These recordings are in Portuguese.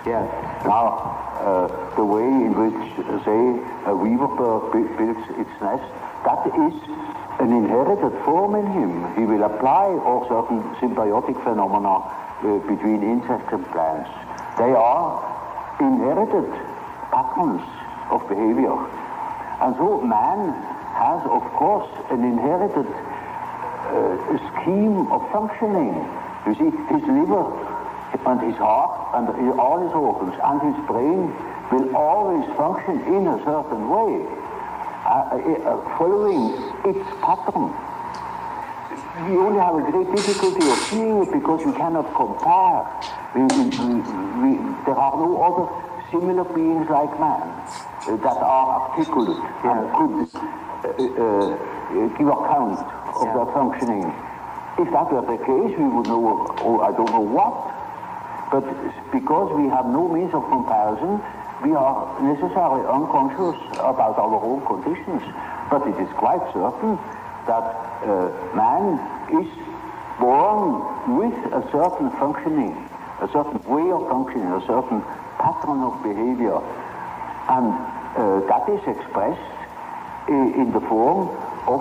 Yes. Now, the way in which, say, a weaver bird builds its nest, that is an inherited form in him. He will apply all certain symbiotic phenomena between insects and plants. They are inherited patterns of behavior. And so man has, of course, an inherited scheme of functioning. You see, his liver and his heart and all his organs and his brain will always function in a certain way, following its pattern. We only have a great difficulty of seeing it because we cannot compare. There are no other similar beings like man that are articulate and could give account of their functioning. If that were the case, we would know, I don't know what. But because we have no means of comparison, we are necessarily unconscious about our own conditions. But it is quite certain that man is born with a certain functioning, a certain way of functioning, a certain pattern of behavior. And that is expressed in the form of...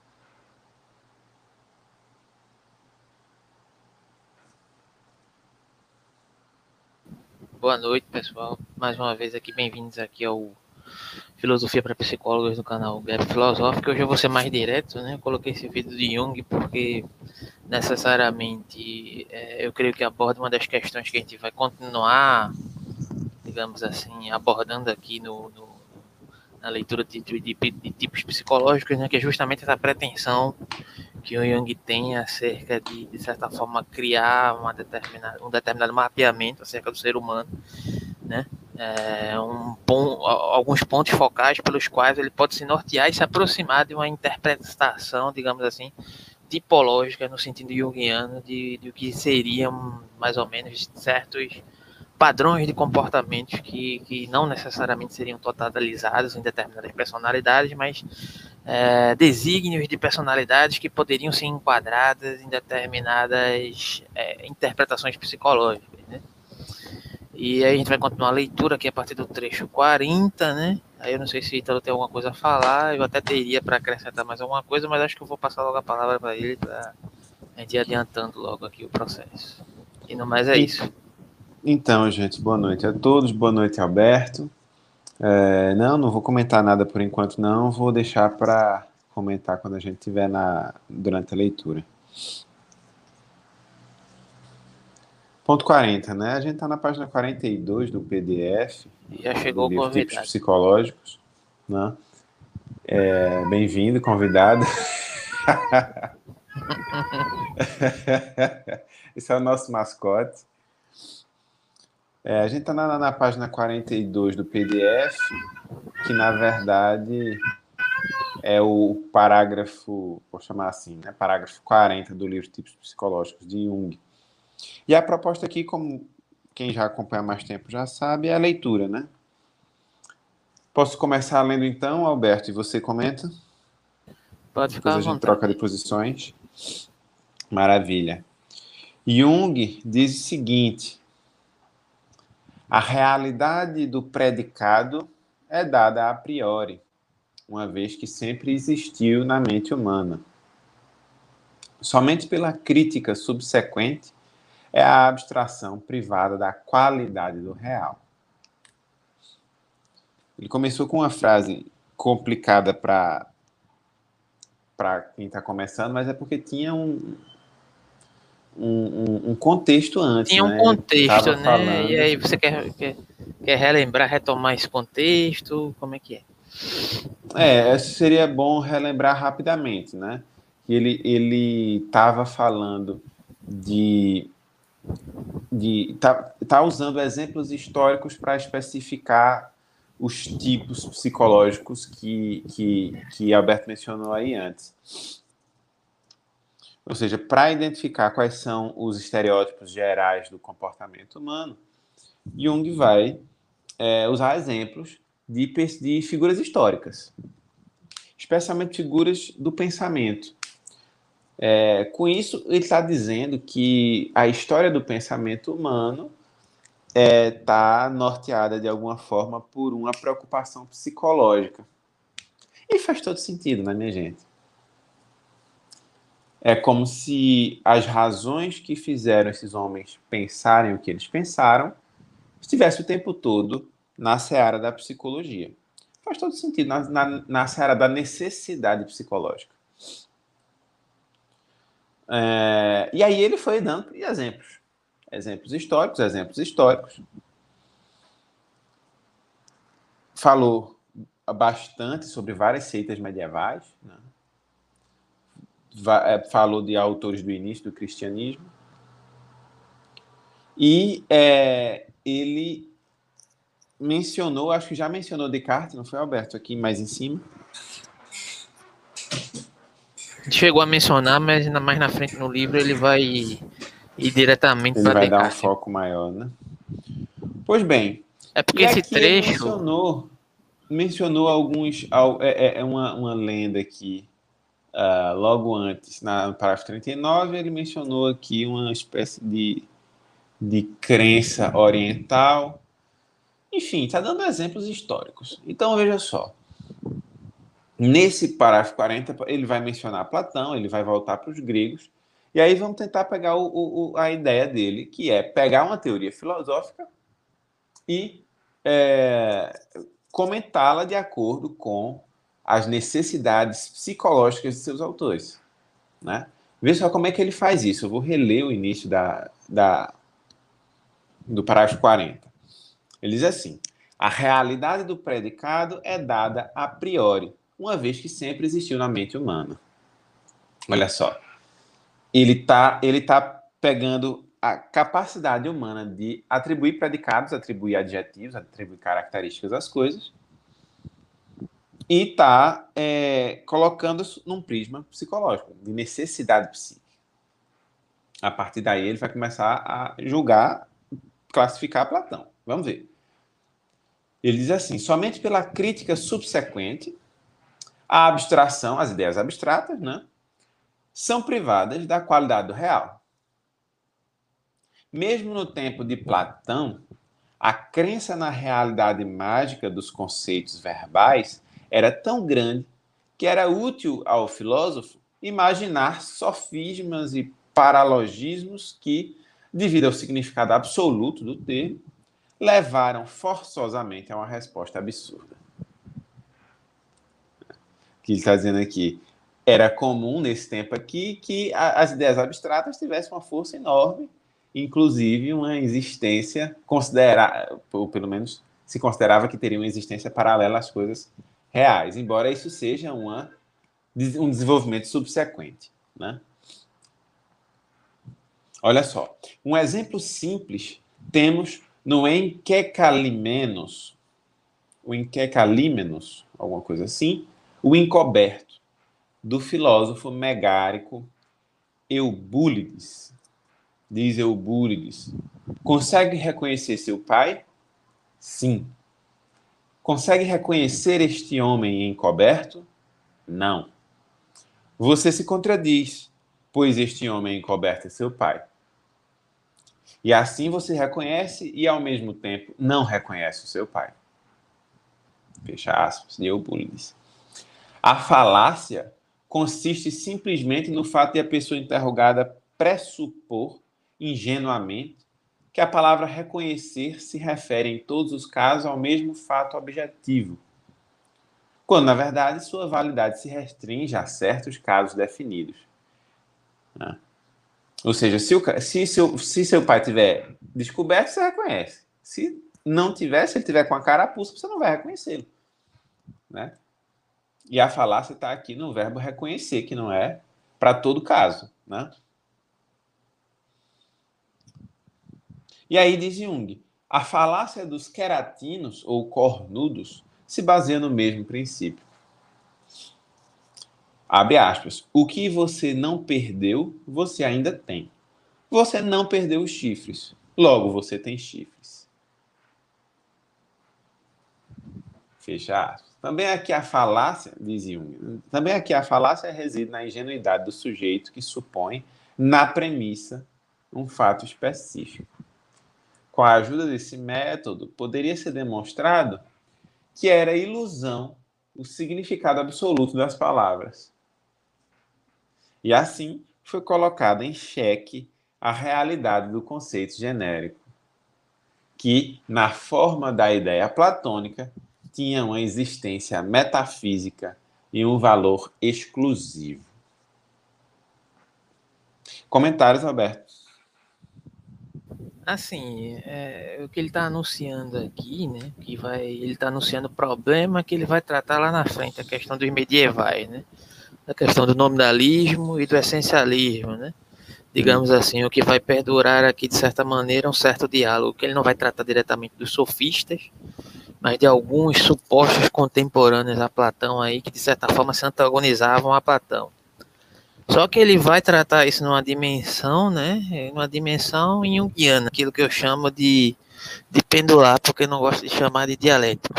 Boa noite, pessoal. Mais uma vez aqui, bem-vindos aqui ao Filosofia para Psicólogos do canal Gap Filosófico. Hoje eu vou ser mais direto, né? Eu coloquei esse vídeo de Jung porque necessariamente eu creio que aborda uma das questões que a gente vai continuar, digamos assim, abordando aqui na leitura de tipos psicológicos, né? Que é justamente essa pretensão que o Jung tem acerca de certa forma, criar um determinado mapeamento acerca do ser humano, né? Alguns pontos focais pelos quais ele pode se nortear e se aproximar de uma interpretação, digamos assim, tipológica no sentido junguiano de que seriam mais ou menos certos padrões de comportamentos que não necessariamente seriam totalizados em determinadas personalidades, mas desígnios de personalidades que poderiam ser enquadradas em determinadas interpretações psicológicas, né? E aí a gente vai continuar a leitura aqui a partir do trecho 40, né? Aí eu não sei se o Ítalo tem alguma coisa a falar, eu até teria para acrescentar mais alguma coisa, mas acho que eu vou passar logo a palavra para ele, para a gente ir adiantando logo aqui o processo. E no mais é isso. Então, gente, boa noite a todos, boa noite, Alberto. Não vou comentar nada por enquanto, não. Vou deixar para comentar quando a gente estiver durante a leitura. Ponto 40, né? A gente está na página 42 do PDF. Já chegou o convidado. Tipos psicológicos, né? Bem-vindo, convidado. Esse é o nosso mascote. A gente está na página 42 do PDF, que na verdade é o parágrafo, vou chamar assim, né? Parágrafo 40 do livro Tipos Psicológicos de Jung. E a proposta aqui, como quem já acompanha há mais tempo já sabe, é a leitura, né? Posso começar lendo então, Alberto, e você comenta? Pode ficar à vontade. Depois a gente troca de posições. Maravilha. Jung diz o seguinte: a realidade do predicado é dada a priori, uma vez que sempre existiu na mente humana. Somente pela crítica subsequente é a abstração privada da qualidade do real. Ele começou com uma frase complicada para quem está começando, mas é porque tinha um contexto antes. Tinha um né? contexto, né? Falando... E aí você quer relembrar, retomar esse contexto? Como é que é? Seria bom relembrar rapidamente, né? Ele estava falando tá usando exemplos históricos para especificar os tipos psicológicos que Alberto mencionou aí antes. Ou seja, para identificar quais são os estereótipos gerais do comportamento humano, Jung vai usar exemplos de figuras históricas, especialmente figuras do pensamento. Com isso, ele está dizendo que a história do pensamento humano está norteada de alguma forma por uma preocupação psicológica. E faz todo sentido, né, minha gente? É como se as razões que fizeram esses homens pensarem o que eles pensaram estivesse o tempo todo na seara da psicologia. Faz todo sentido, na seara da necessidade psicológica. E aí ele foi dando exemplos. Exemplos históricos. Falou bastante sobre várias seitas medievais, né? Falou de autores do início do cristianismo. E ele mencionou, acho que já mencionou Descartes, não foi, Alberto? Aqui mais em cima. Chegou a mencionar, mas mais na frente no livro ele vai ir diretamente Ele para vai dar um Descartes. foco maior, né? Pois bem. É porque e esse aqui ele trecho mencionou alguns... uma lenda aqui. Logo antes, no parágrafo 39, ele mencionou aqui uma espécie de crença oriental. Enfim, está dando exemplos históricos. Então, veja só. Nesse parágrafo 40, ele vai mencionar Platão, ele vai voltar para os gregos, e aí vamos tentar pegar a ideia dele, que é pegar uma teoria filosófica e comentá-la de acordo com as necessidades psicológicas de seus autores, né? Veja só como é que ele faz isso. Eu vou reler o início do parágrafo 40. Ele diz assim: a realidade do predicado é dada a priori, uma vez que sempre existiu na mente humana. Olha só. Ele tá pegando a capacidade humana de atribuir predicados, atribuir adjetivos, atribuir características às coisas, e está colocando isso num prisma psicológico, de necessidade psíquica. A partir daí, ele vai começar a julgar, classificar Platão. Vamos ver. Ele diz assim: somente pela crítica subsequente, a abstração, as ideias abstratas, né, são privadas da qualidade do real. Mesmo no tempo de Platão, a crença na realidade mágica dos conceitos verbais era tão grande que era útil ao filósofo imaginar sofismas e paralogismos que, devido ao significado absoluto do termo, levaram forçosamente a uma resposta absurda. Que ele está dizendo aqui, era comum nesse tempo aqui que as ideias abstratas tivessem uma força enorme, inclusive uma existência considerada, ou pelo menos se considerava que teria uma existência paralela às coisas reais, embora isso seja um desenvolvimento subsequente, né? Olha só, um exemplo simples temos no Enquecalímenos, alguma coisa assim, o encoberto, do filósofo megárico Eubúlides. Diz Eubúlides: consegue reconhecer seu pai? Sim. Consegue reconhecer este homem encoberto? Não. Você se contradiz, pois este homem encoberto é seu pai. E assim você reconhece e, ao mesmo tempo, não reconhece o seu pai. Fecha aspas, de Eubúlides. A falácia consiste simplesmente no fato de a pessoa interrogada pressupor, ingenuamente, que a palavra reconhecer se refere em todos os casos ao mesmo fato objetivo, quando, na verdade, sua validade se restringe a certos casos definidos. Ou seja, se seu pai tiver descoberto, você reconhece. Se não tiver, se ele tiver com a carapuça, você não vai reconhecê-lo, né? E a falácia está aqui no verbo reconhecer, que não é para todo caso, né? E aí diz Jung, a falácia dos queratinos ou cornudos se baseia no mesmo princípio. Abre aspas. O que você não perdeu, você ainda tem. Você não perdeu os chifres, logo você tem chifres. Fecha aspas. Também aqui a falácia, diz Jung, também aqui a falácia reside na ingenuidade do sujeito que supõe, na premissa, um fato específico. com a ajuda desse método, poderia ser demonstrado que era ilusão o significado absoluto das palavras. E assim foi colocada em xeque a realidade do conceito genérico, que, na forma da ideia platônica, tinha uma existência metafísica e um valor exclusivo. Comentários, Alberto? Assim, o que ele está anunciando aqui, né? Ele está anunciando o problema que ele vai tratar lá na frente, a questão dos medievais, né? A questão do nominalismo e do essencialismo, né? Digamos assim, o que vai perdurar aqui, de certa maneira, é um certo diálogo, que ele não vai tratar diretamente dos sofistas, mas de alguns supostos contemporâneos a Platão aí, que de certa forma se antagonizavam a Platão. Só que ele vai tratar isso numa dimensão, né? Numa dimensão junguiana, aquilo que eu chamo de pendular, porque eu não gosto de chamar de dialético.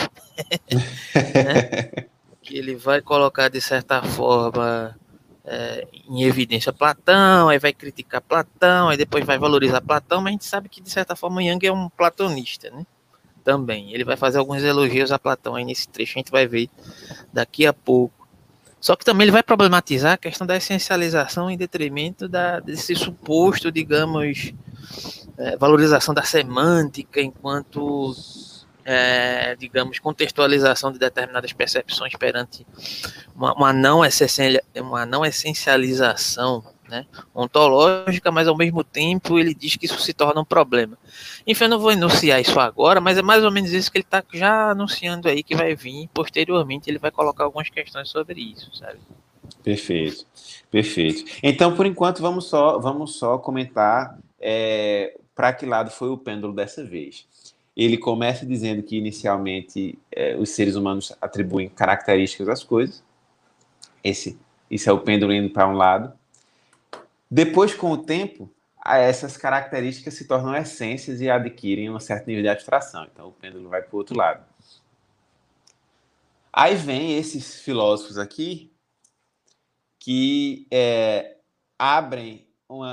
Né? Que ele vai colocar, de certa forma, em evidência Platão, aí vai criticar Platão, aí depois vai valorizar Platão, mas a gente sabe que, de certa forma, Jung é um platonista, né? Também. Ele vai fazer alguns elogios a Platão aí nesse trecho, a gente vai ver daqui a pouco. Só que também ele vai problematizar a questão da essencialização em detrimento desse suposto, digamos, valorização da semântica enquanto, digamos, contextualização de determinadas percepções perante uma não essencialização, né, ontológica, mas ao mesmo tempo ele diz que isso se torna um problema. Enfim, eu não vou enunciar isso agora, mas é mais ou menos isso que ele está já anunciando aí, que vai vir posteriormente, ele vai colocar algumas questões sobre isso, sabe? Perfeito, perfeito. Então, por enquanto, vamos só comentar para que lado foi o pêndulo dessa vez. Ele começa dizendo que, inicialmente, os seres humanos atribuem características às coisas. Isso é o pêndulo indo para um lado. Depois, com o tempo, essas características se tornam essências e adquirem um certo nível de abstração. Então, o pêndulo vai para o outro lado. Aí vem esses filósofos aqui que abrem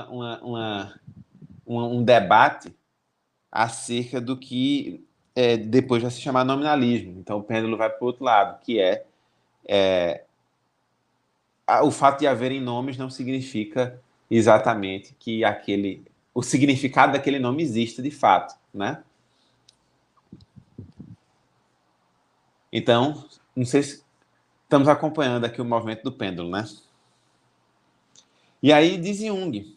um debate acerca do que depois vai se chamar nominalismo. Então, o pêndulo vai para o outro lado, que o fato de haverem nomes não significa exatamente que o significado daquele nome exista de fato, né? Então, não sei se estamos acompanhando aqui o movimento do pêndulo, né? E aí diz Jung,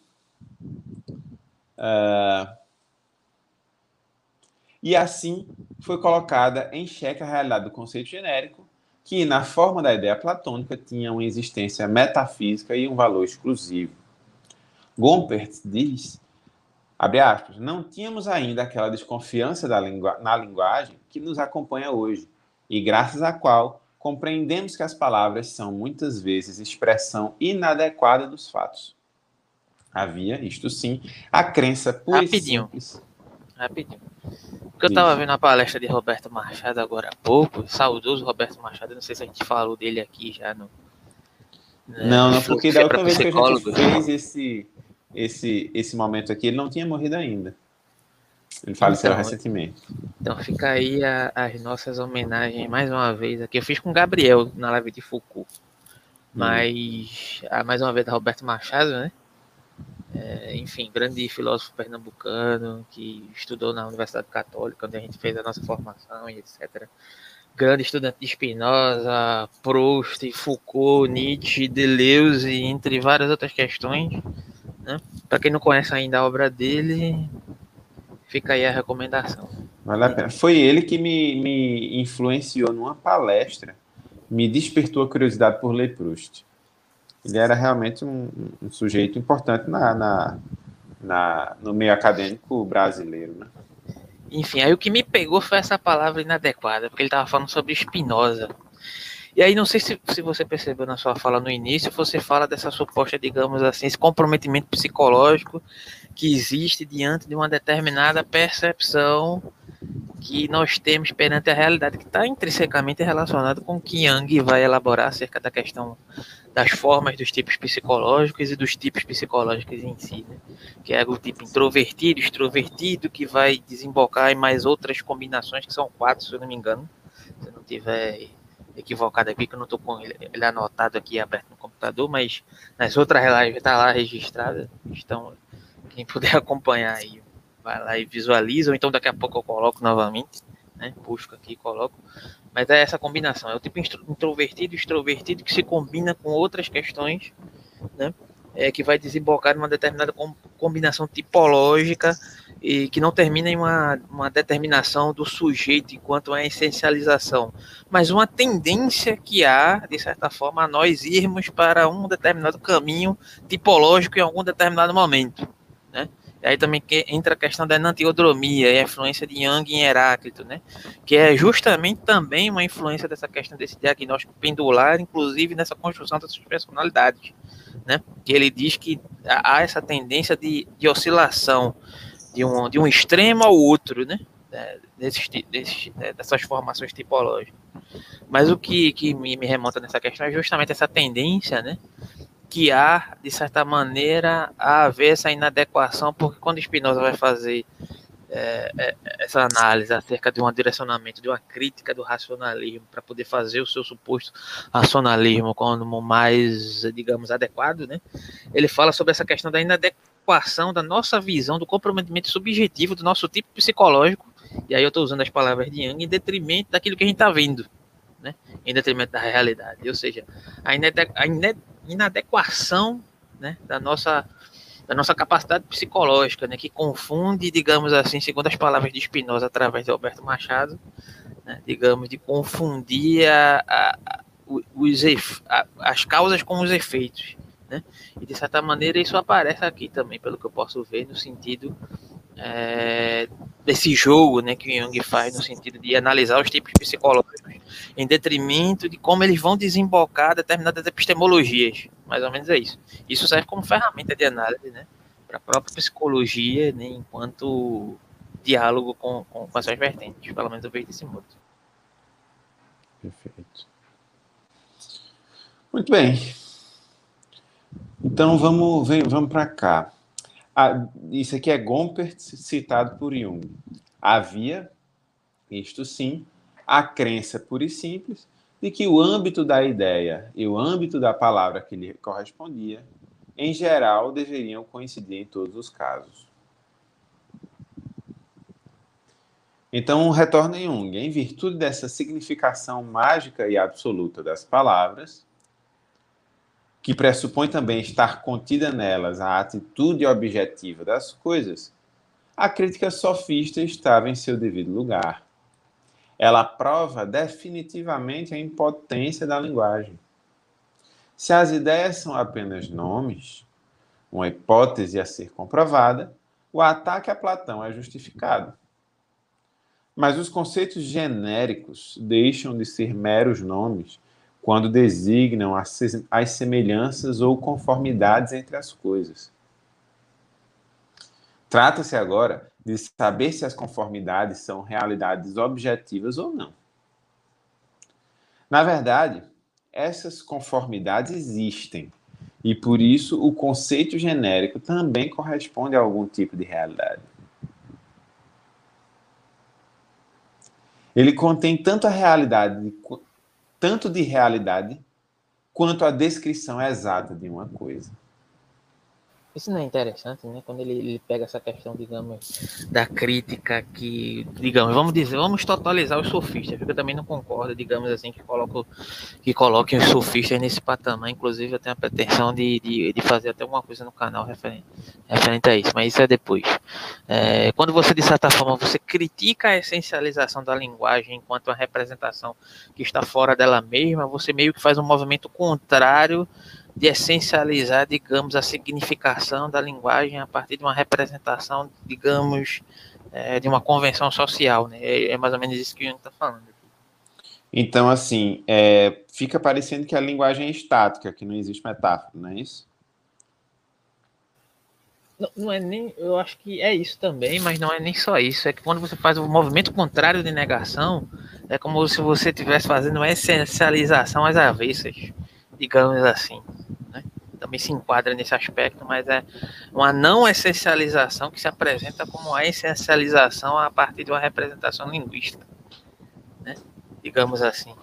e assim foi colocada em xeque a realidade do conceito genérico, que na forma da ideia platônica tinha uma existência metafísica e um valor exclusivo. Gompert diz, abre aspas, não tínhamos ainda aquela desconfiança na linguagem que nos acompanha hoje, e graças à qual compreendemos que as palavras são muitas vezes expressão inadequada dos fatos. Havia, isto sim, a crença pura e simples. Rapidinho. Porque eu estava vendo a palestra de Roberto Machado agora há pouco, saudoso Roberto Machado, não sei se a gente falou dele aqui já no... Não, porque da última vez que a gente fez esse momento aqui, ele não tinha morrido ainda. Ele faleceu recentemente. Então fica aí as nossas homenagens mais uma vez aqui. Eu fiz com o Gabriel na live de Foucault. Mas mais uma vez da Roberto Machado, né? Enfim, grande filósofo pernambucano que estudou na Universidade Católica, onde a gente fez a nossa formação e etc. Grande estudante de Spinoza, Proust, Foucault, Nietzsche, Deleuze, entre várias outras questões, né? Para quem não conhece ainda a obra dele, fica aí a recomendação. Vale a pena. Foi ele que me influenciou numa palestra, me despertou a curiosidade por ler Proust. Ele era realmente um sujeito importante no meio acadêmico brasileiro, né? Enfim, aí o que me pegou foi essa palavra inadequada, porque ele estava falando sobre Spinoza. E aí não sei se você percebeu na sua fala no início, você fala dessa suposta, digamos assim, esse comprometimento psicológico que existe diante de uma determinada percepção que nós temos perante a realidade, que está intrinsecamente relacionado com o que Jung vai elaborar acerca da questão das formas dos tipos psicológicos e dos tipos psicológicos em si, né? Que é o tipo introvertido, extrovertido, que vai desembocar em mais outras combinações, que são 4, se eu não me engano, se eu não tiver equivocado aqui, que eu não estou com ele anotado aqui, aberto no computador, mas nas outras lives está lá registrada, então quem puder acompanhar aí, vai lá e visualiza, ou então daqui a pouco eu coloco novamente, né? Busco aqui e coloco. Mas é essa combinação, é o tipo introvertido, extrovertido, que se combina com outras questões, né? Que vai desembocar numa determinada combinação tipológica e que não termina em uma determinação do sujeito enquanto a essencialização, mas uma tendência que há, de certa forma, a nós irmos para um determinado caminho tipológico em algum determinado momento, né? E aí também entra a questão da enantiodromia e a influência de Jung em Heráclito, né? Que é justamente também uma influência dessa questão desse diagnóstico pendular, inclusive nessa construção dessas personalidades, né? Que ele diz que há essa tendência de oscilação de um extremo ao outro, né? Dessas formações tipológicas. Mas o que me remonta nessa questão é justamente essa tendência, né? Que há, de certa maneira, a haver essa inadequação, porque quando Spinoza vai fazer essa análise acerca de um direcionamento, de uma crítica do racionalismo, para poder fazer o seu suposto racionalismo como mais, digamos, adequado, né? Ele fala sobre essa questão da inadequação da nossa visão, do comprometimento subjetivo do nosso tipo psicológico, e aí eu estou usando as palavras de Jung, em detrimento daquilo que a gente está vendo, né? Em detrimento da realidade, ou seja, a inadequação, né, da nossa capacidade psicológica, né, que confunde, digamos assim, segundo as palavras de Spinoza através de Alberto Machado, né, digamos, de confundir as causas com os efeitos, né? E de certa maneira isso aparece aqui também, pelo que eu posso ver, no sentido desse jogo, né, que o Jung faz, no sentido de analisar os tipos psicológicos em detrimento de como eles vão desembocar determinadas epistemologias. Mais ou menos é isso. Isso serve como ferramenta de análise, né, para a própria psicologia, né, enquanto diálogo com essas vertentes. Pelo menos eu vejo desse modo. Perfeito. Muito bem. Então vamos para cá. Isso aqui é Gompert citado por Jung. Havia, isto sim, a crença pura e simples de que o âmbito da ideia e o âmbito da palavra que lhe correspondia, em geral, deveriam coincidir em todos os casos. Então, retorna Jung. Em virtude dessa significação mágica e absoluta das palavras, que pressupõe também estar contida nelas a atitude objetiva das coisas, a crítica sofista estava em seu devido lugar. Ela prova definitivamente a impotência da linguagem. Se as ideias são apenas nomes, uma hipótese a ser comprovada, o ataque a Platão é justificado. Mas os conceitos genéricos deixam de ser meros nomes quando designam as semelhanças ou conformidades entre as coisas. Trata-se agora de saber se as conformidades são realidades objetivas ou não. Na verdade, essas conformidades existem, e por isso o conceito genérico também corresponde a algum tipo de realidade. Ele contém tanto de realidade quanto a descrição exata de uma coisa. Isso não é interessante, né? Quando ele pega essa questão, digamos, da crítica que, digamos, vamos totalizar os sofistas, porque eu também não concordo, digamos assim, que coloquem os sofistas nesse patamar. Inclusive, eu tenho a pretensão de fazer até alguma coisa no canal referente a isso, mas isso é depois. Quando você, de certa forma, você critica a essencialização da linguagem enquanto uma representação que está fora dela mesma, você meio que faz um movimento contrário de essencializar, digamos, a significação da linguagem a partir de uma representação, digamos, de uma convenção social, né? É mais ou menos isso que o Jung está falando. Então, assim, fica parecendo que a linguagem é estática, que não existe metáfora, não é isso? Não é nem, eu acho que é isso também, mas não é nem só isso. É que quando você faz o movimento contrário de negação, é como se você estivesse fazendo uma essencialização às avessas, digamos assim, né? Também se enquadra nesse aspecto, mas é uma não essencialização que se apresenta como uma essencialização a partir de uma representação linguística, né? Digamos assim.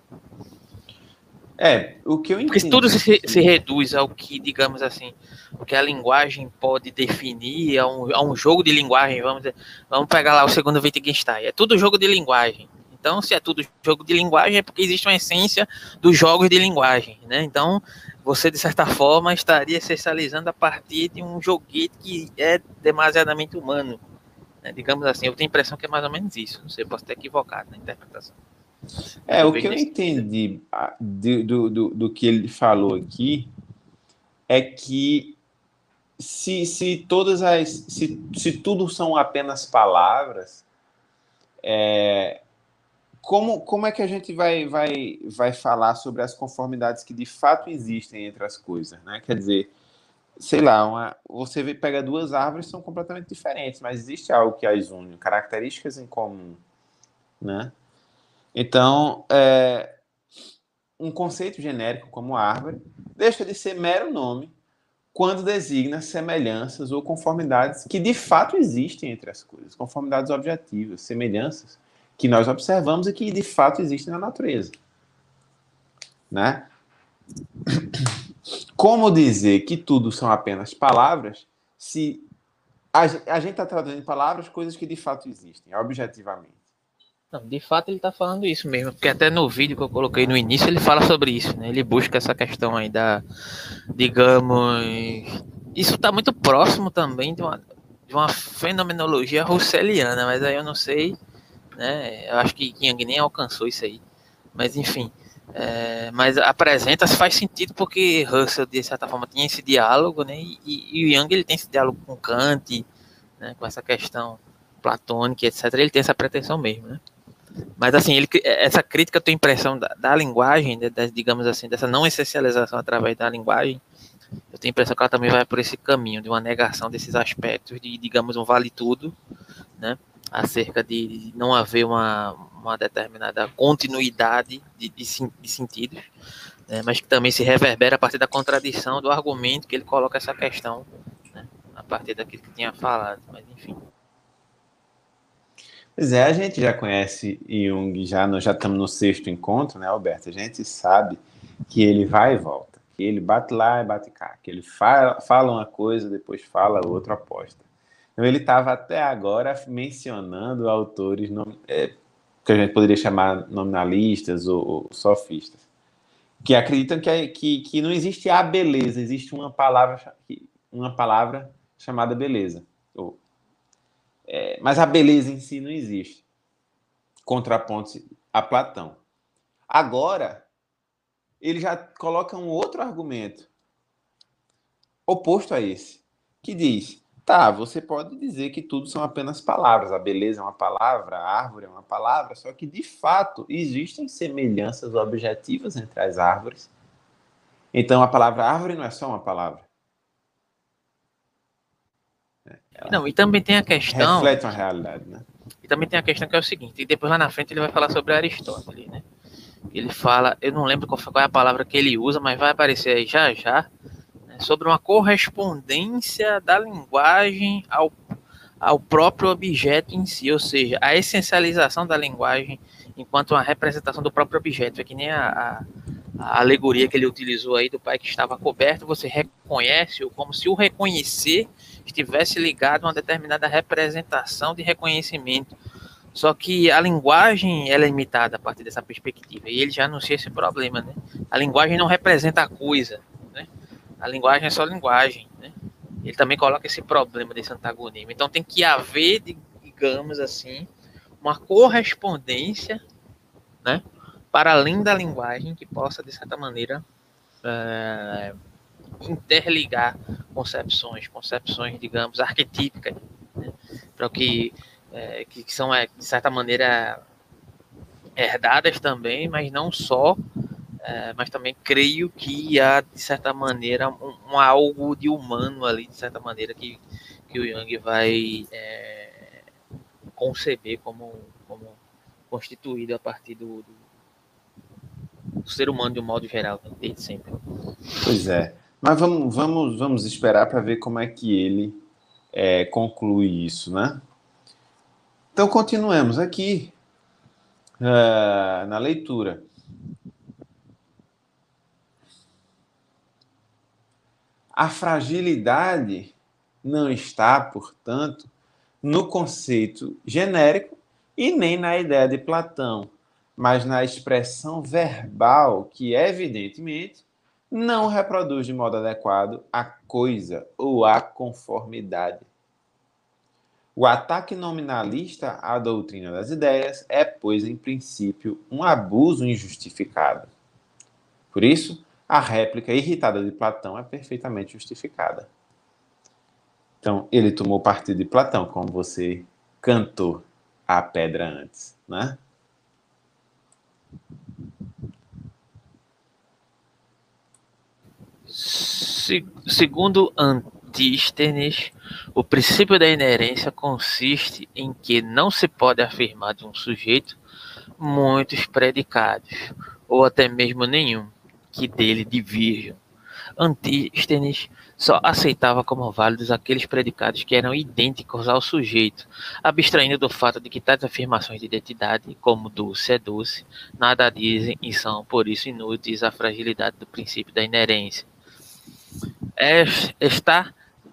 O que eu Porque entendi. tudo se reduz ao que, digamos assim, o que a linguagem pode definir, a um jogo de linguagem, vamos pegar lá o segundo Wittgenstein, é tudo jogo de linguagem. Então, se é tudo jogo de linguagem, é porque existe uma essência dos jogos de linguagem, né? Então, você, de certa forma, estaria essencializando a partir de um joguete que é demasiadamente humano, né? Digamos assim, eu tenho a impressão que é mais ou menos isso. Não sei, posso estar equivocado na interpretação. O que eu entendi do que ele falou aqui é que se tudo são apenas palavras, como é que a gente vai falar sobre as conformidades que de fato existem entre as coisas, né? Quer dizer, sei lá, você pega duas árvores que são completamente diferentes, mas existe algo que as une, características em comum, né? Então, um conceito genérico como árvore deixa de ser mero nome quando designa semelhanças ou conformidades que de fato existem entre as coisas, conformidades objetivas, semelhanças que nós observamos e que de fato existem na natureza, né? Como dizer que tudo são apenas palavras se a gente está traduzindo em palavras coisas que de fato existem, objetivamente? Não, de fato ele está falando isso mesmo, porque até no vídeo que eu coloquei no início ele fala sobre isso, né? Ele busca essa questão aí da, digamos, isso está muito próximo também de uma fenomenologia russeliana, mas aí eu não sei, né? Eu acho que Jung nem alcançou isso aí, mas enfim, mas apresenta, faz sentido porque Russell de certa forma tinha esse diálogo, né? E o Jung ele tem esse diálogo com Kant, né? Com essa questão platônica, etc. Ele tem essa pretensão mesmo, né? Mas assim, essa crítica, eu tenho impressão da linguagem, digamos assim, dessa não essencialização através da linguagem, eu tenho a impressão que ela também vai por esse caminho, de uma negação desses aspectos, de, digamos, um vale-tudo, né? Acerca de não haver uma determinada continuidade de sentidos, né? Mas que também se reverbera a partir da contradição do argumento que ele coloca essa questão, né? A partir daquilo que tinha falado, mas enfim. Pois a gente já conhece Jung, já estamos no sexto encontro, né, Alberto? A gente sabe que ele vai e volta, que ele bate lá e bate cá, que ele fala uma coisa, depois fala outra, aposta. Então ele estava até agora mencionando autores que a gente poderia chamar nominalistas ou sofistas, que acreditam que não existe a beleza, existe uma palavra chamada beleza. Mas a beleza em si não existe. Contraponto a Platão. Agora, ele já coloca um outro argumento oposto a esse, que diz, tá, você pode dizer que tudo são apenas palavras, a beleza é uma palavra, a árvore é uma palavra, só que, de fato, existem semelhanças objetivas entre as árvores. Então, a palavra árvore não é só uma palavra. Não, e também tem a questão... Reflete uma realidade, né? E também tem a questão que é o seguinte, e depois lá na frente ele vai falar sobre Aristóteles, né? Ele fala, eu não lembro qual é a palavra que ele usa, mas vai aparecer aí já, né, sobre uma correspondência da linguagem ao próprio objeto em si, ou seja, a essencialização da linguagem enquanto uma representação do próprio objeto. É que nem a alegoria que ele utilizou aí do pai que estava coberto, você reconhece-o como se o reconhecer estivesse ligado a uma determinada representação de reconhecimento. Só que a linguagem ela é limitada a partir dessa perspectiva, e ele já anuncia esse problema, né? A linguagem não representa a coisa, né? A linguagem é só linguagem, né? Ele também coloca esse problema desse antagonismo. Então tem que haver, digamos assim, uma correspondência, né? Para além da linguagem que possa, de certa maneira, interligar concepções, digamos, arquetípicas, né? Para o que são, de certa maneira, herdadas também, mas não só mas também creio que há, de certa maneira, algo de humano ali, de certa maneira, que o Jung vai conceber como constituído a partir do ser humano de um modo geral, desde sempre. Pois é. Mas vamos esperar para ver como é que ele conclui isso, né? Então, continuemos aqui na leitura. A fragilidade não está, portanto, no conceito genérico e nem na ideia de Platão, mas na expressão verbal que, evidentemente, não reproduz de modo adequado a coisa ou a conformidade. O ataque nominalista à doutrina das ideias é, pois, em princípio, um abuso injustificado. Por isso, a réplica irritada de Platão é perfeitamente justificada. Então, ele tomou partido de Platão, como você cantou a pedra antes, né? Segundo Antístenes, o princípio da inerência consiste em que não se pode afirmar de um sujeito muitos predicados, ou até mesmo nenhum, que dele divirjam. Antístenes só aceitava como válidos aqueles predicados que eram idênticos ao sujeito, abstraindo do fato de que tais afirmações de identidade, como doce é doce, nada dizem e são, por isso, inúteis à fragilidade do princípio da inerência. Está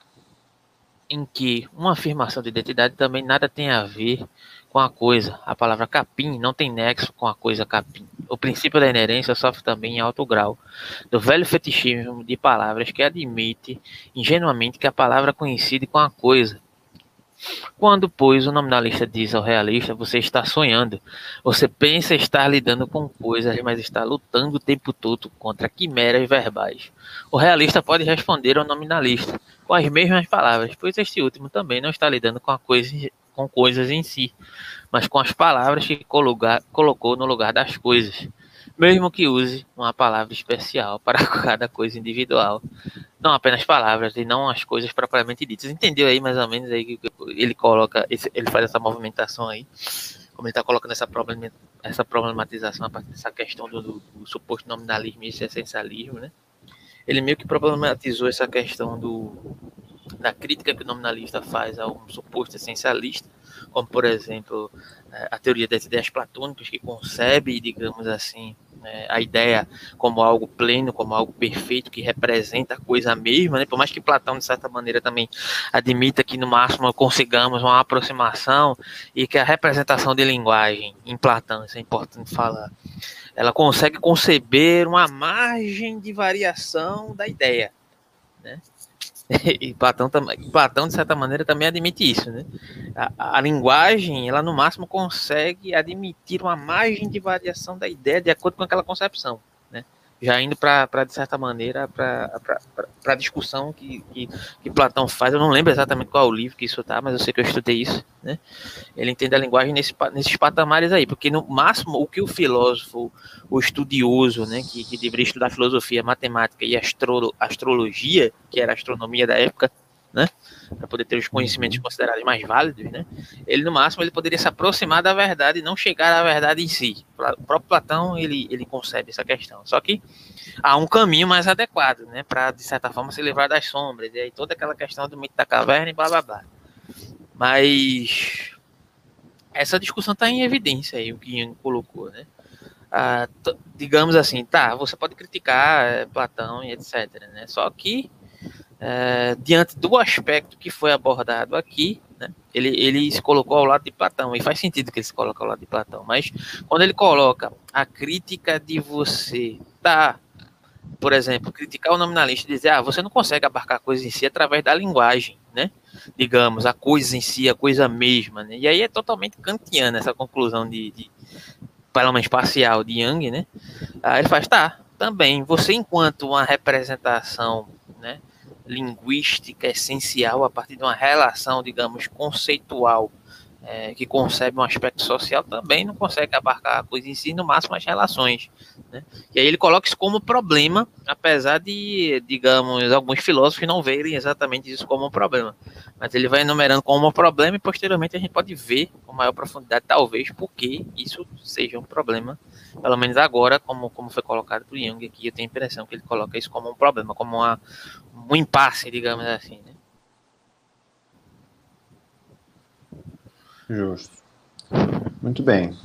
em que uma afirmação de identidade também nada tem a ver com a coisa. A palavra capim não tem nexo com a coisa capim. O princípio da inerência sofre também em alto grau do velho fetichismo de palavras que admite ingenuamente que a palavra coincide com a coisa. Quando, pois, o nominalista diz ao realista, você está sonhando, você pensa estar lidando com coisas, mas está lutando o tempo todo contra quimeras verbais. O realista pode responder ao nominalista com as mesmas palavras, pois este último também não está lidando com coisas em si, mas com as palavras que colocou no lugar das coisas, mesmo que use uma palavra especial para cada coisa individual. Não apenas palavras e não as coisas propriamente ditas. Entendeu aí mais ou menos aí que ele coloca, ele faz essa movimentação aí, como ele está colocando essa problematização a partir dessa questão do suposto nominalismo e esse essencialismo, né? Ele meio que problematizou essa questão da crítica que o nominalista faz a um suposto essencialista, como, por exemplo, a teoria das ideias platônicas, que concebe, digamos assim, a ideia como algo pleno, como algo perfeito, que representa a coisa mesma, né? Por mais que Platão, de certa maneira, também admita que, no máximo, consigamos uma aproximação e que a representação de linguagem em Platão, isso é importante falar, ela consegue conceber uma margem de variação da ideia, né? E Platão, de certa maneira, também admite isso, né? A linguagem, ela no máximo consegue admitir uma margem de variação da ideia de acordo com aquela concepção, né? Já indo para de certa maneira, para a discussão que Platão faz. Eu não lembro exatamente qual é o livro que isso está, mas eu sei que eu estudei isso, né? Ele entende a linguagem nesses patamares aí, porque no máximo o que o filósofo, o estudioso, né, que deveria estudar filosofia, matemática e astrologia, que era a astronomia da época, né, para poder ter os conhecimentos considerados mais válidos, né, ele no máximo ele poderia se aproximar da verdade e não chegar à verdade em si. O próprio Platão ele concebe essa questão. Só que há um caminho mais adequado, né, para de certa forma se livrar das sombras, e aí toda aquela questão do mito da caverna e blá blá blá. Mas essa discussão está em evidência aí, o que Jung colocou, né? Digamos assim, tá, você pode criticar Platão e etc, né? Só que diante do aspecto que foi abordado aqui, né, ele se colocou ao lado de Platão, e faz sentido que ele se coloque ao lado de Platão, mas quando ele coloca a crítica de você, por exemplo, criticar o nominalista e dizer, você não consegue abarcar a coisa em si através da linguagem, né? Digamos, a coisa em si, a coisa mesma, né? E aí é totalmente kantiana essa conclusão pelo menos parcial de Jung, né? Aí ele faz, também, você enquanto uma representação, né, linguística essencial a partir de uma relação, digamos, conceitual que concebe um aspecto social, também não consegue abarcar a coisa em si, no máximo as relações, né? E aí ele coloca isso como problema, apesar de, digamos, alguns filósofos não verem exatamente isso como um problema. Mas ele vai enumerando como um problema e posteriormente a gente pode ver com maior profundidade, talvez, por que isso seja um problema. Pelo menos agora, como foi colocado por Jung aqui, eu tenho a impressão que ele coloca isso como um problema, como um impasse, digamos assim, né? Justo. Muito bem.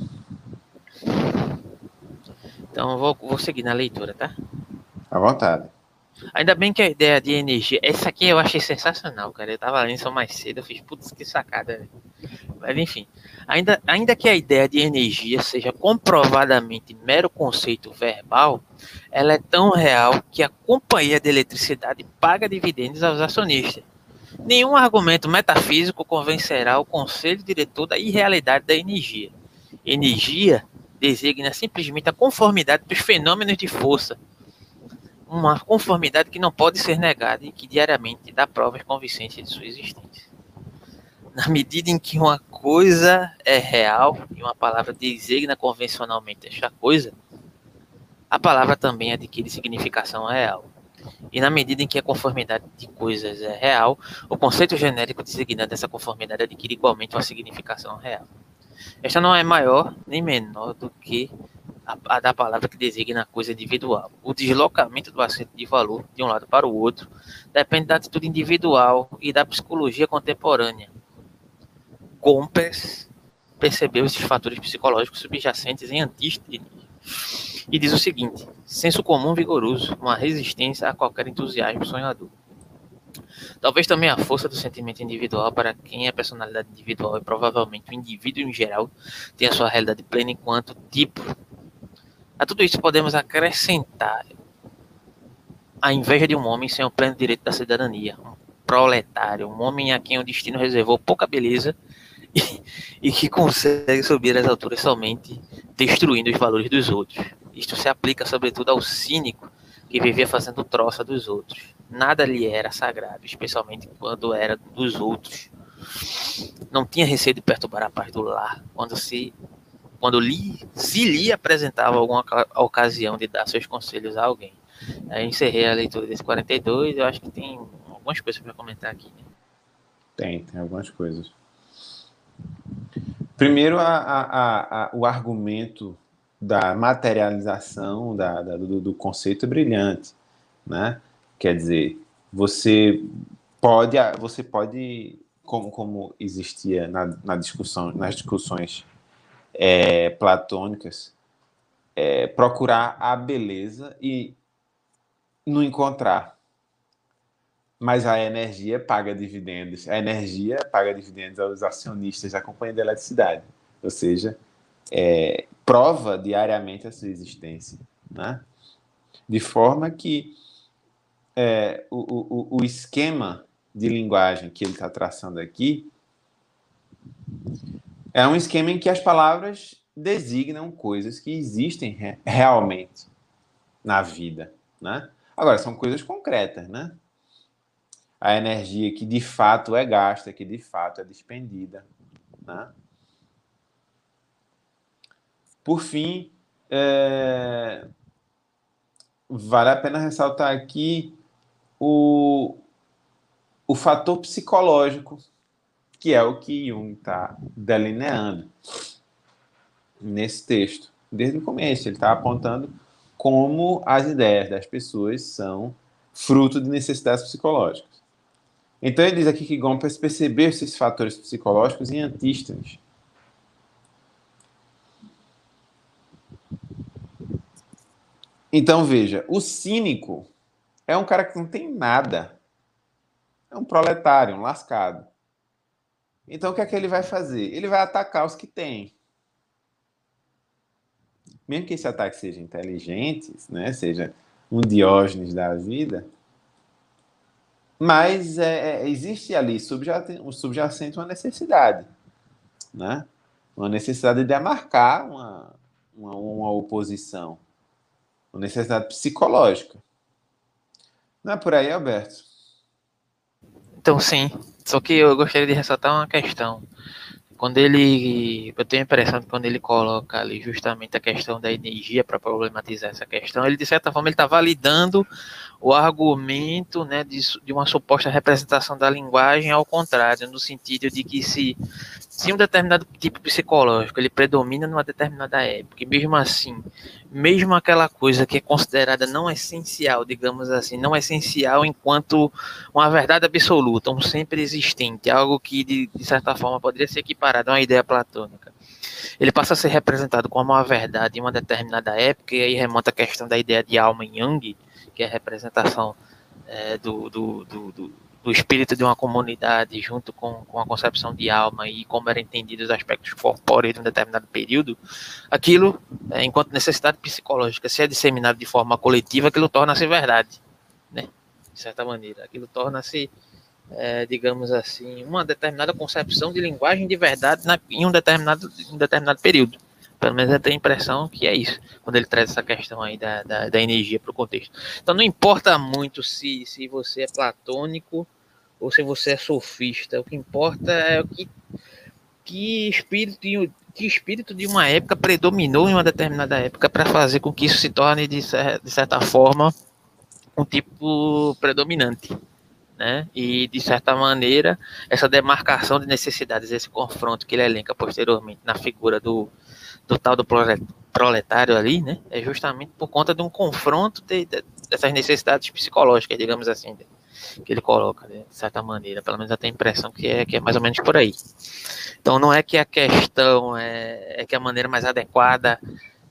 Então, vou seguir na leitura, tá? À vontade. Ainda bem que a ideia de energia... Essa aqui eu achei sensacional, cara. Eu tava lendo só mais cedo, eu fiz, putz, que sacada, velho. Mas, enfim. Ainda que a ideia de energia seja comprovadamente mero conceito verbal, ela é tão real que a companhia de eletricidade paga dividendos aos acionistas. Nenhum argumento metafísico convencerá o conselho diretor da irrealidade da energia. Energia designa simplesmente a conformidade dos fenômenos de força, uma conformidade que não pode ser negada e que diariamente dá provas convincentes de sua existência. Na medida em que uma coisa é real e uma palavra designa convencionalmente esta coisa, a palavra também adquire significação real. E na medida em que a conformidade de coisas é real, o conceito genérico designando essa conformidade adquire igualmente uma significação real. Esta não é maior nem menor do que a da palavra que designa a coisa individual. O deslocamento do assento de valor de um lado para o outro depende da atitude individual e da psicologia contemporânea. Gompers percebeu esses fatores psicológicos subjacentes em Antístenes e diz o seguinte: senso comum vigoroso, uma resistência a qualquer entusiasmo sonhador. Talvez também a força do sentimento individual para quem é a personalidade individual e provavelmente o indivíduo em geral tenha sua realidade plena enquanto tipo. A tudo isso podemos acrescentar a inveja de um homem sem o pleno direito da cidadania, um proletário, um homem a quem o destino reservou pouca beleza e que consegue subir às alturas somente destruindo os valores dos outros. Isto se aplica sobretudo ao cínico que vivia fazendo troça dos outros. Nada lhe era sagrado, especialmente quando era dos outros. Não tinha receio de perturbar a paz do lar se lhe apresentava alguma ocasião de dar seus conselhos a alguém. Aí eu encerrei a leitura desse 42, eu acho que tem algumas coisas para comentar aqui. Né? Tem algumas coisas. Primeiro, o argumento da materialização do conceito é brilhante, né? Quer dizer, você pode como existia nas discussões platônicas, procurar a beleza e não encontrar. Mas a energia paga dividendos. A energia paga dividendos aos acionistas da companhia de eletricidade. Ou seja, prova diariamente a sua existência. Né? De forma que o esquema de linguagem que ele está traçando aqui é um esquema em que as palavras designam coisas que existem realmente na vida. Né? Agora, são coisas concretas, né? A energia que de fato é gasta, que de fato é despendida. Né? Por fim, vale a pena ressaltar aqui o fator psicológico, que é o que Jung está delineando nesse texto. Desde o começo, ele está apontando como as ideias das pessoas são fruto de necessidades psicológicas. Então, ele diz aqui que Gompers percebeu esses fatores psicológicos em Antístenes. Então, veja, o cínico é um cara que não tem nada. É um proletário, um lascado. Então, o que é que ele vai fazer? Ele vai atacar os que têm. Mesmo que esse ataque seja inteligente, né, seja um Diógenes da vida, mas existe ali subjacente uma necessidade, né? Uma necessidade de demarcar uma oposição, uma necessidade psicológica. Não é por aí, Alberto? Então, sim. Só que eu gostaria de ressaltar uma questão. eu tenho a impressão que quando ele coloca ali justamente a questão da energia para problematizar essa questão, ele de certa forma ele está validando o argumento, né, de uma suposta representação da linguagem ao contrário, no sentido de que se um determinado tipo psicológico ele predomina numa determinada época, e mesmo assim, mesmo aquela coisa que é considerada não essencial, digamos assim, não essencial enquanto uma verdade absoluta, um sempre existente, algo que de certa forma poderia ser equiparado a uma ideia platônica, ele passa a ser representado como uma verdade em uma determinada época, e aí remonta a questão da ideia de alma em Jung, que é a representação do espírito de uma comunidade junto com a concepção de alma e como eram entendidos os aspectos corpóreos de um determinado período, aquilo, enquanto necessidade psicológica, se é disseminado de forma coletiva, aquilo torna-se verdade, né? De certa maneira. Aquilo torna-se, digamos assim, uma determinada concepção de linguagem de verdade em um determinado período. Pelo menos eu tenho a impressão que é isso, quando ele traz essa questão aí da energia para o contexto. Então não importa muito se você é platônico ou se você é sofista, o que importa é que espírito de uma época predominou em uma determinada época para fazer com que isso se torne, de certa forma, um tipo predominante. Né? E, de certa maneira, essa demarcação de necessidades, esse confronto que ele elenca posteriormente na figura do tal do proletário ali, né? É justamente por conta de um confronto dessas necessidades psicológicas, digamos assim, que ele coloca, né? De certa maneira. Pelo menos eu tenho a impressão que é mais ou menos por aí. Então, não é que a questão é que a maneira mais adequada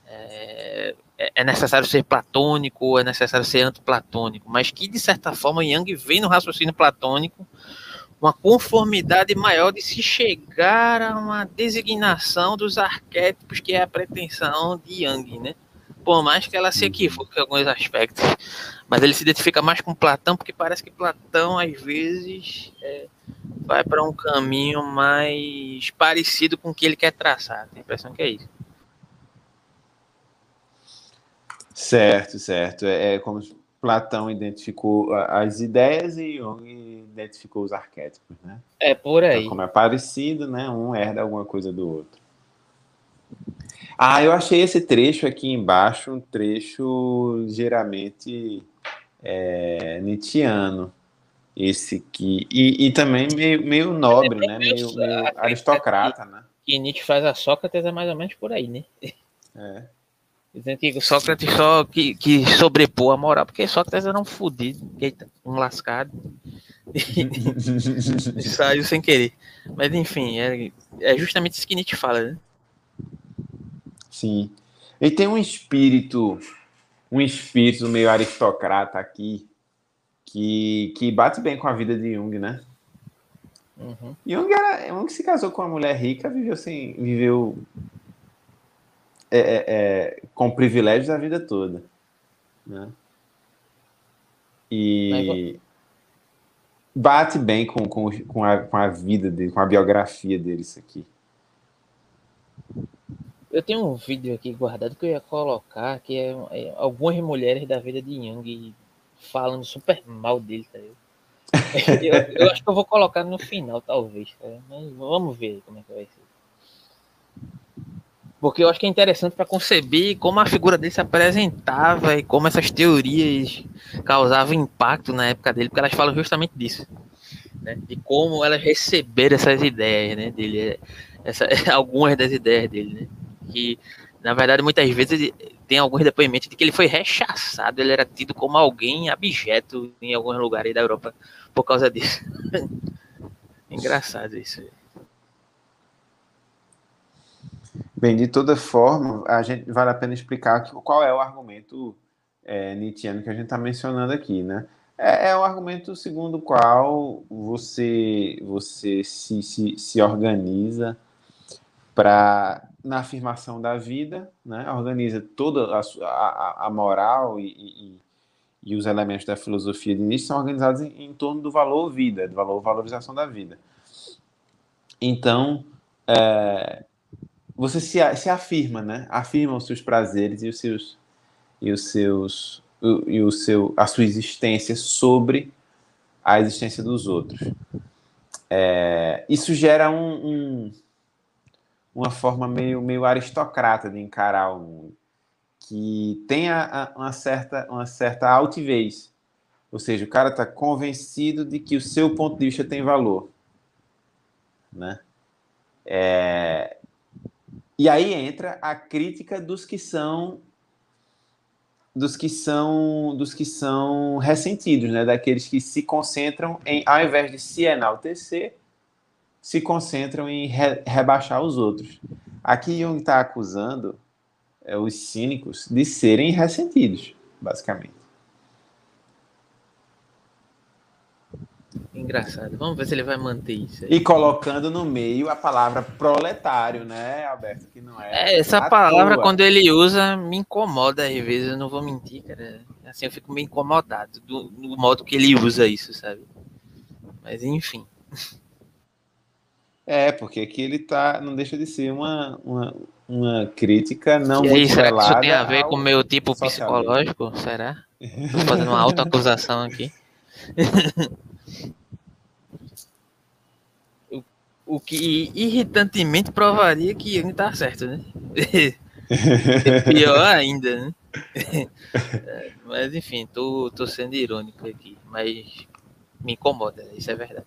é necessário ser platônico ou é necessário ser antiplatônico, mas que, de certa forma, Jung vê no raciocínio platônico uma conformidade maior de se chegar a uma designação dos arquétipos, que é a pretensão de Jung, né? Por mais que ela se equivoque em alguns aspectos. Mas ele se identifica mais com Platão, porque parece que Platão, às vezes, vai para um caminho mais parecido com o que ele quer traçar. Tem a impressão que é isso. Certo. É como Platão identificou as ideias e Jung identificou os arquétipos, né? É por aí. Então, como é parecido, né? Um herda alguma coisa do outro. Eu achei esse trecho aqui embaixo, um trecho geralmente nietzschiano. Esse aqui. E também meio nobre, né? Meio aristocrata, né? Que Nietzsche faz a Sócrates é mais ou menos por aí, né? Dizendo que Sócrates só que sobrepôs a moral, porque Sócrates era um fudido, um lascado. E saiu sem querer. Mas enfim, é justamente isso que Nietzsche fala, né? Sim. Ele tem um espírito meio aristocrata aqui, que bate bem com a vida de Jung, né? Uhum. Jung se casou com uma mulher rica, viveu com privilégios a vida toda, né? E bate bem com a vida dele, com a biografia dele, isso aqui. Eu tenho um vídeo aqui guardado que eu ia colocar, que é algumas mulheres da vida de Jung falando super mal dele, tá ligado? Eu acho que eu vou colocar no final, talvez, tá? Mas vamos ver como é que vai ser. Porque eu acho que é interessante para conceber como a figura dele se apresentava e como essas teorias causavam impacto na época dele, porque elas falam justamente disso, né? De como elas receberam essas ideias, né, dele, algumas das ideias dele, né? Que, na verdade, muitas vezes tem alguns depoimentos de que ele foi rechaçado, ele era tido como alguém abjeto em alguns lugares da Europa por causa disso. Engraçado isso. Bem, de toda forma, vale a pena explicar qual é o argumento nietzschiano que a gente está mencionando aqui, né? É o argumento segundo o qual você se organiza na afirmação da vida, né? Organiza toda a moral e os elementos da filosofia de Nietzsche são organizados em torno do valor vida, do valor valorização da vida. Então, você se afirma, né? Afirma os seus prazeres a sua existência sobre a existência dos outros. Isso gera uma forma meio aristocrata de encarar o mundo, que tem uma certa altivez. Ou seja, o cara está convencido de que o seu ponto de vista tem valor, né? E aí entra a crítica dos que são ressentidos, né? Daqueles que se concentram em, ao invés de se enaltecer, se concentram em rebaixar os outros. Aqui Jung está acusando os cínicos de serem ressentidos, basicamente. Engraçado. Vamos ver se ele vai manter isso aí. E colocando no meio a palavra proletário, né, Alberto? Que não essa palavra, quando ele usa, me incomoda às vezes, eu não vou mentir, cara. Assim, eu fico meio incomodado do modo que ele usa isso, sabe? Mas, enfim. Porque aqui ele não deixa de ser uma crítica não E muito aí, será que isso tem a velada ver com o meu tipo socialismo. psicológico? Será? Tô fazendo uma autoacusação aqui. O que irritantemente provaria que ele tá certo, né? Pior ainda, né? Mas enfim, tô sendo irônico aqui, mas me incomoda, isso é verdade.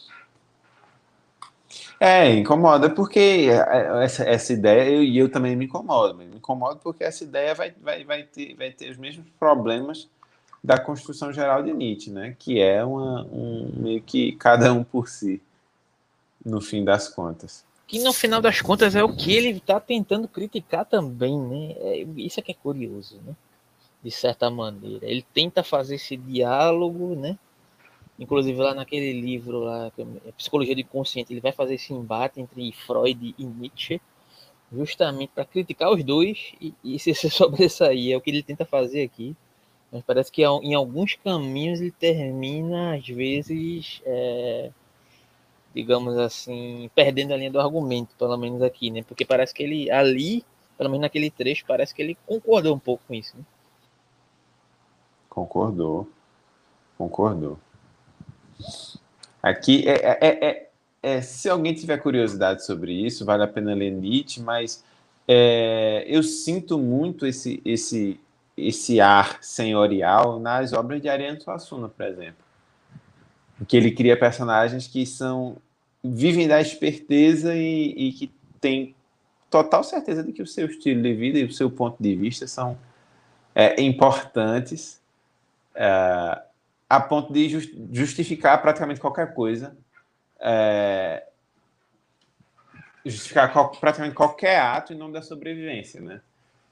Incomoda porque essa ideia, e eu também me incomodo, mas me incomodo porque essa ideia vai ter os mesmos problemas da construção geral de Nietzsche, né? Que é meio que cada um por si, no fim das contas. Que no final das contas é o que ele está tentando criticar também, né? Isso é que é curioso, né? De certa maneira. Ele tenta fazer esse diálogo, né? Inclusive lá naquele livro lá, Psicologia do Inconsciente, ele vai fazer esse embate entre Freud e Nietzsche, justamente para criticar os dois e se sobressair. É o que ele tenta fazer aqui. Mas parece que em alguns caminhos ele termina, às vezes, digamos assim, perdendo a linha do argumento, pelo menos aqui, né? Porque parece que ele ali, pelo menos naquele trecho, parece que ele concordou um pouco com isso, né? Concordou. Aqui, se alguém tiver curiosidade sobre isso, vale a pena ler Nietzsche, mas eu sinto muito esse ar senhorial nas obras de Ariano Suassuna, por exemplo. Que ele cria personagens que vivem da esperteza e que têm total certeza de que o seu estilo de vida e o seu ponto de vista são importantes a ponto de justificar praticamente qualquer coisa, justificar praticamente qualquer ato em nome da sobrevivência, né?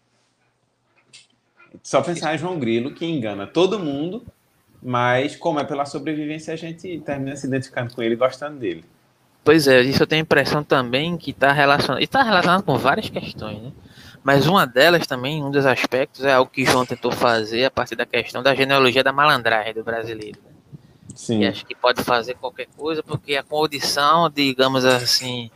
Só pensar em João Grilo, que engana todo mundo, mas como é pela sobrevivência, a gente termina se identificando com ele e gostando dele. Pois é, isso eu tenho a impressão também que está relacionado com várias questões, né? Mas uma delas também, um dos aspectos, é algo que João tentou fazer a partir da questão da genealogia da malandragem do brasileiro. Né? Sim. E acho que pode fazer qualquer coisa, porque a condição, digamos assim,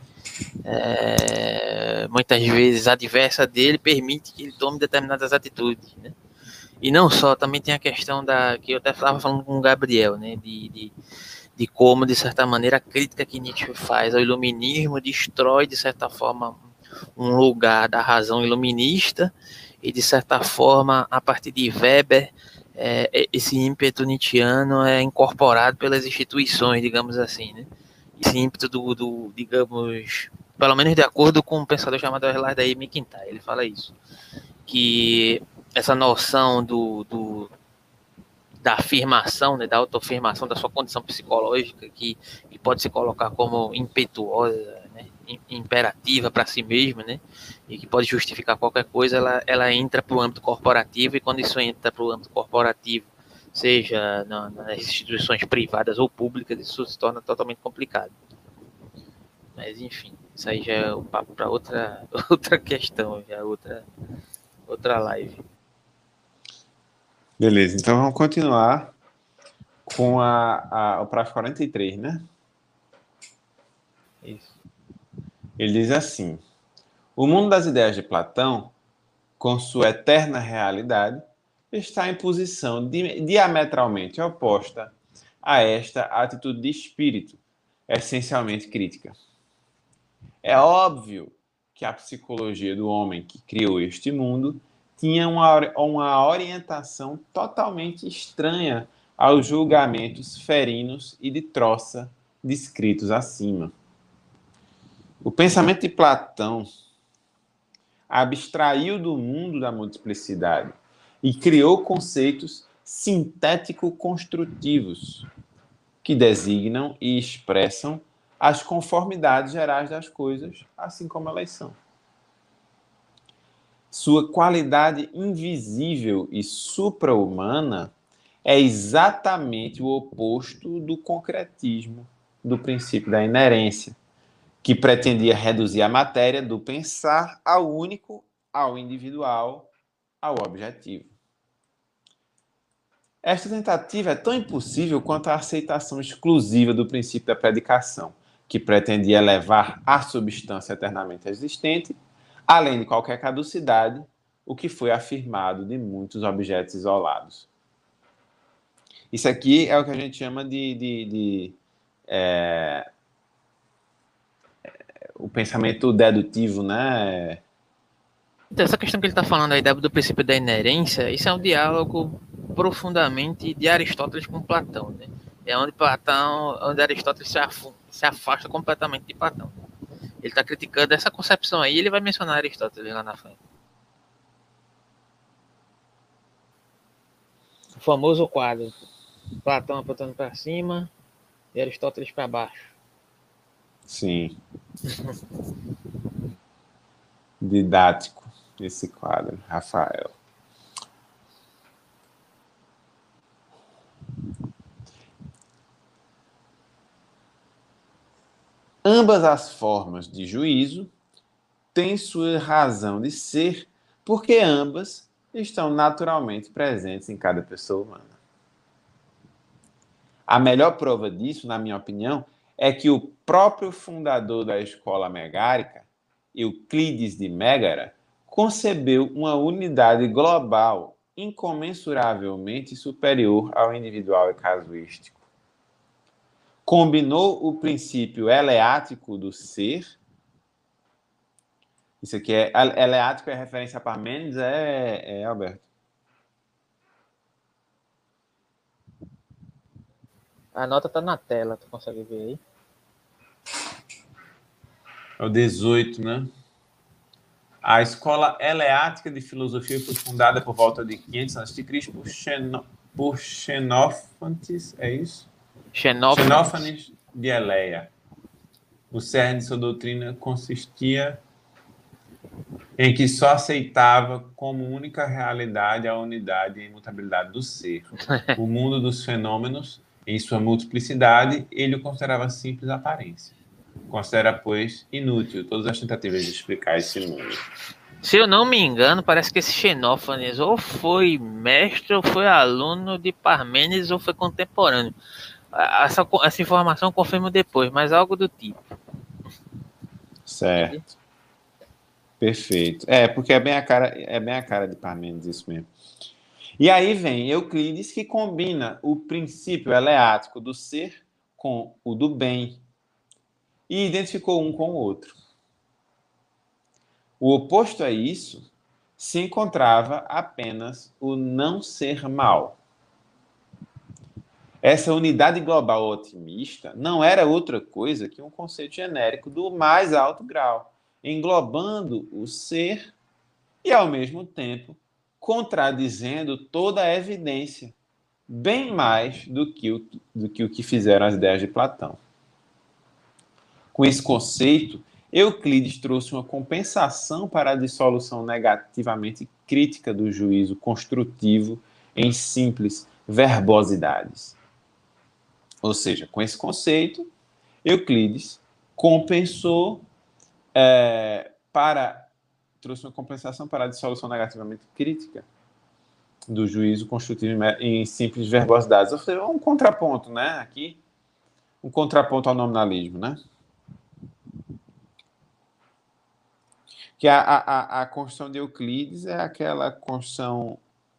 muitas vezes adversa dele, permite que ele tome determinadas atitudes, né? E não só, também tem a questão que eu até estava falando com o Gabriel, né? De como, de certa maneira, a crítica que Nietzsche faz ao iluminismo destrói, de certa forma, um lugar da razão iluminista e, de certa forma, a partir de Weber, esse ímpeto nietzschiano é incorporado pelas instituições, digamos assim, né? Esse ímpeto digamos, pelo menos de acordo com um pensador chamado Elaine McIntyre, ele fala isso, que essa noção da afirmação, né, da autoafirmação da sua condição psicológica, que pode se colocar como impetuosa, né, imperativa para si mesma, né, e que pode justificar qualquer coisa, ela entra para o âmbito corporativo, e quando isso entra para o âmbito corporativo, seja nas instituições privadas ou públicas, isso se torna totalmente complicado. Mas, enfim, isso aí já é um papo para outra questão, já outra live. Beleza, então vamos continuar com o parágrafo 43, né? Isso. Ele diz assim: o mundo das ideias de Platão, com sua eterna realidade, está em posição diametralmente oposta a esta atitude de espírito, essencialmente crítica. É óbvio que a psicologia do homem que criou este mundo tinha uma orientação totalmente estranha aos julgamentos ferinos e de troça descritos acima. O pensamento de Platão abstraiu do mundo da multiplicidade e criou conceitos sintético-construtivos que designam e expressam as conformidades gerais das coisas, assim como elas são. Sua qualidade invisível e supra-humana é exatamente o oposto do concretismo, do princípio da inerência, que pretendia reduzir a matéria do pensar ao único, ao individual, ao objetivo. Esta tentativa é tão impossível quanto a aceitação exclusiva do princípio da predicação, que pretendia levar à substância eternamente existente, além de qualquer caducidade, o que foi afirmado de muitos objetos isolados. Isso aqui é o que a gente chama o pensamento dedutivo, né? Então, essa questão que ele está falando aí do princípio da inerência, isso é um diálogo profundamente de Aristóteles com Platão, né? É onde Aristóteles se afasta completamente de Platão. Ele está criticando essa concepção aí, ele vai mencionar Aristóteles lá na frente. O famoso quadro, Platão apontando para cima e Aristóteles para baixo. Sim. Didático esse quadro, Rafael. Ambas as formas de juízo têm sua razão de ser, porque ambas estão naturalmente presentes em cada pessoa humana. A melhor prova disso, na minha opinião, é que o próprio fundador da escola megárica, Euclides de Mégara, concebeu uma unidade global incomensuravelmente superior ao individual e casuístico. Combinou o princípio eleático do ser. Isso aqui é eleático, é referência a Parmênides, Alberto? A nota está na tela, tu consegue ver aí? É o 18, né? A escola eleática de filosofia foi fundada por volta de 500 a.C. por Xenófanes, é isso? Xenófanes de Eleia. O cerne de sua doutrina consistia em que só aceitava como única realidade a unidade e imutabilidade do ser. O mundo dos fenômenos, em sua multiplicidade, ele o considerava simples aparência. Considera, pois, inútil todas as tentativas de explicar esse mundo. Se eu não me engano, parece que esse Xenófanes ou foi mestre, ou foi aluno de Parmênides, ou foi contemporâneo. Essa informação eu confirmo depois, mas algo do tipo. Certo. Entendi. Perfeito. Porque é bem a cara de Parmênides, isso mesmo. E aí vem Euclides, que combina o princípio eleático do ser com o do bem e identificou um com o outro. O oposto a isso se encontrava apenas o não ser mal. Essa unidade global otimista não era outra coisa que um conceito genérico do mais alto grau, englobando o ser e, ao mesmo tempo, contradizendo toda a evidência, bem mais do que o que fizeram as ideias de Platão. Com esse conceito, Euclides trouxe uma compensação para a dissolução negativamente crítica do juízo construtivo em simples verbosidades. Ou seja, com esse conceito, Euclides compensou trouxe uma compensação para a dissolução negativamente crítica do juízo construtivo em simples verbosidades. Ou seja, um contraponto, né? Aqui, um contraponto ao nominalismo, né? Que a construção de Euclides é aquela construção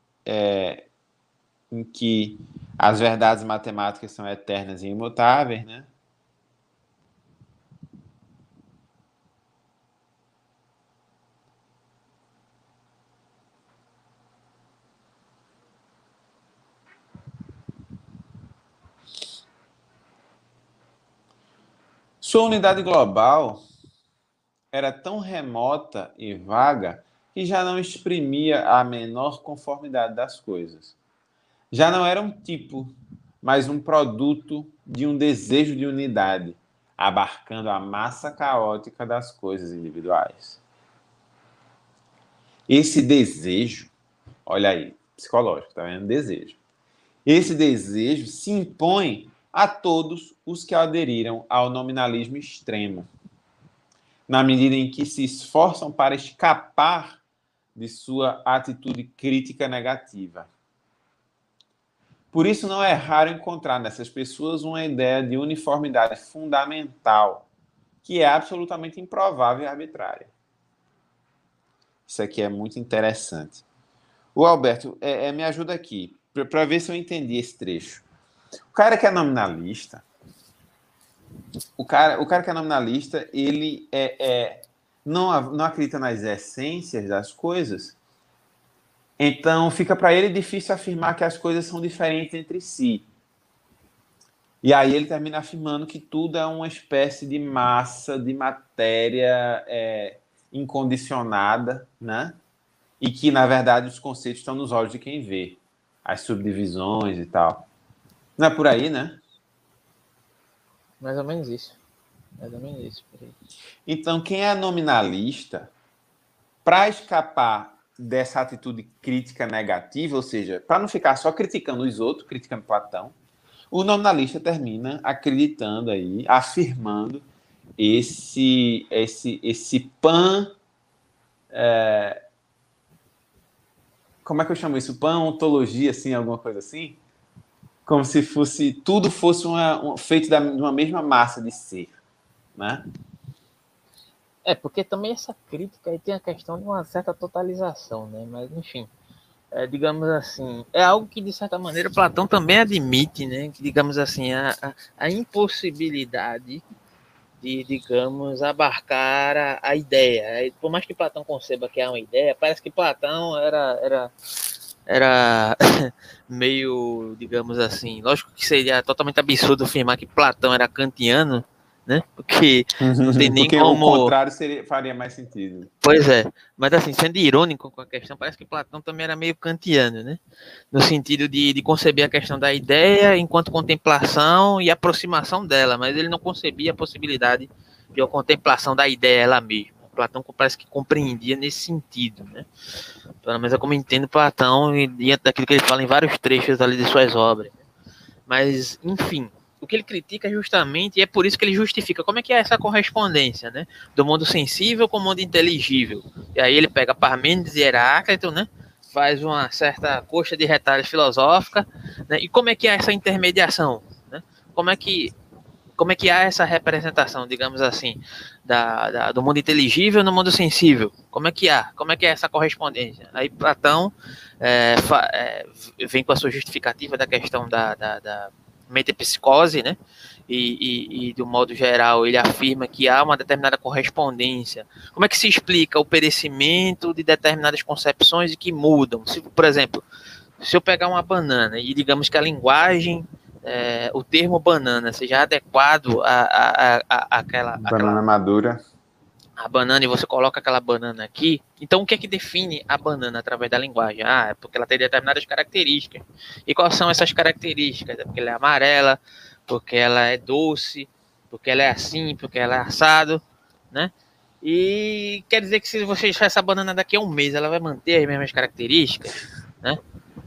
em que as verdades matemáticas são eternas e imutáveis, né? Sua unidade global era tão remota e vaga que já não exprimia a menor conformidade das coisas. Já não era um tipo, mas um produto de um desejo de unidade, abarcando a massa caótica das coisas individuais. Esse desejo, olha aí, psicológico, tá vendo? Desejo. Esse desejo se impõe a todos os que aderiram ao nominalismo extremo, na medida em que se esforçam para escapar de sua atitude crítica negativa. Por isso, não é raro encontrar nessas pessoas uma ideia de uniformidade fundamental, que é absolutamente improvável e arbitrária. Isso aqui é muito interessante. O Alberto, me ajuda aqui, para ver se eu entendi esse trecho. O cara que é nominalista, ele não acredita nas essências das coisas, então fica para ele difícil afirmar que as coisas são diferentes entre si. E aí ele termina afirmando que tudo é uma espécie de massa, de matéria incondicionada, né? E que, na verdade, os conceitos estão nos olhos de quem vê, as subdivisões e tal. Não é por aí, né? Mais ou menos isso. Mais ou menos isso. Por aí. Então, quem é nominalista, para escapar dessa atitude crítica negativa, ou seja, para não ficar só criticando os outros, criticando Platão, o nominalista termina acreditando aí, afirmando esse pan... como é que eu chamo isso? Pan-ontologia, assim, alguma coisa assim? Como se tudo fosse feito de uma mesma massa de ser, né? Porque também essa crítica aí tem a questão de uma certa totalização, né? Mas, enfim, digamos assim, é algo que, de certa maneira, Platão também admite, né? Que, digamos assim, a impossibilidade de, digamos, abarcar a ideia. Por mais que Platão conceba que é uma ideia, parece que Platão era meio, digamos assim, lógico que seria totalmente absurdo afirmar que Platão era kantiano, né? Porque não tem nem porque como... o contrário faria mais sentido. Pois é, mas assim, sendo irônico com a questão, parece que Platão também era meio kantiano, né? No sentido de conceber a questão da ideia enquanto contemplação e aproximação dela, mas ele não concebia a possibilidade de uma contemplação da ideia ela mesma. Platão parece que compreendia nesse sentido, né? Pelo menos é como entendo Platão e diante daquilo que ele fala em vários trechos ali de suas obras. Mas, enfim, o que ele critica justamente, e é por isso que ele justifica como é que é essa correspondência, né? Do mundo sensível com o mundo inteligível. E aí ele pega Parmênides e Heráclito, né? Faz uma certa coxa de retalhos filosófica, né? E como é que é essa intermediação, né? Como é que há essa representação, digamos assim, do mundo inteligível no mundo sensível? Como é que é essa correspondência? Aí Platão vem com a sua justificativa da questão da metapsicose, né? E do modo geral ele afirma que há uma determinada correspondência. Como é que se explica o perecimento de determinadas concepções e que mudam? Por exemplo, se eu pegar uma banana e digamos que a linguagem, o termo banana seja adequado àquela banana madura, a banana, e você coloca aquela banana aqui, então o que é que define a banana através da linguagem? É porque ela tem determinadas características. E quais são essas características? É porque ela é amarela, porque ela é doce, porque ela é assim, porque ela é assado, né? E quer dizer que se você deixar essa banana daqui a um mês, ela vai manter as mesmas características, né?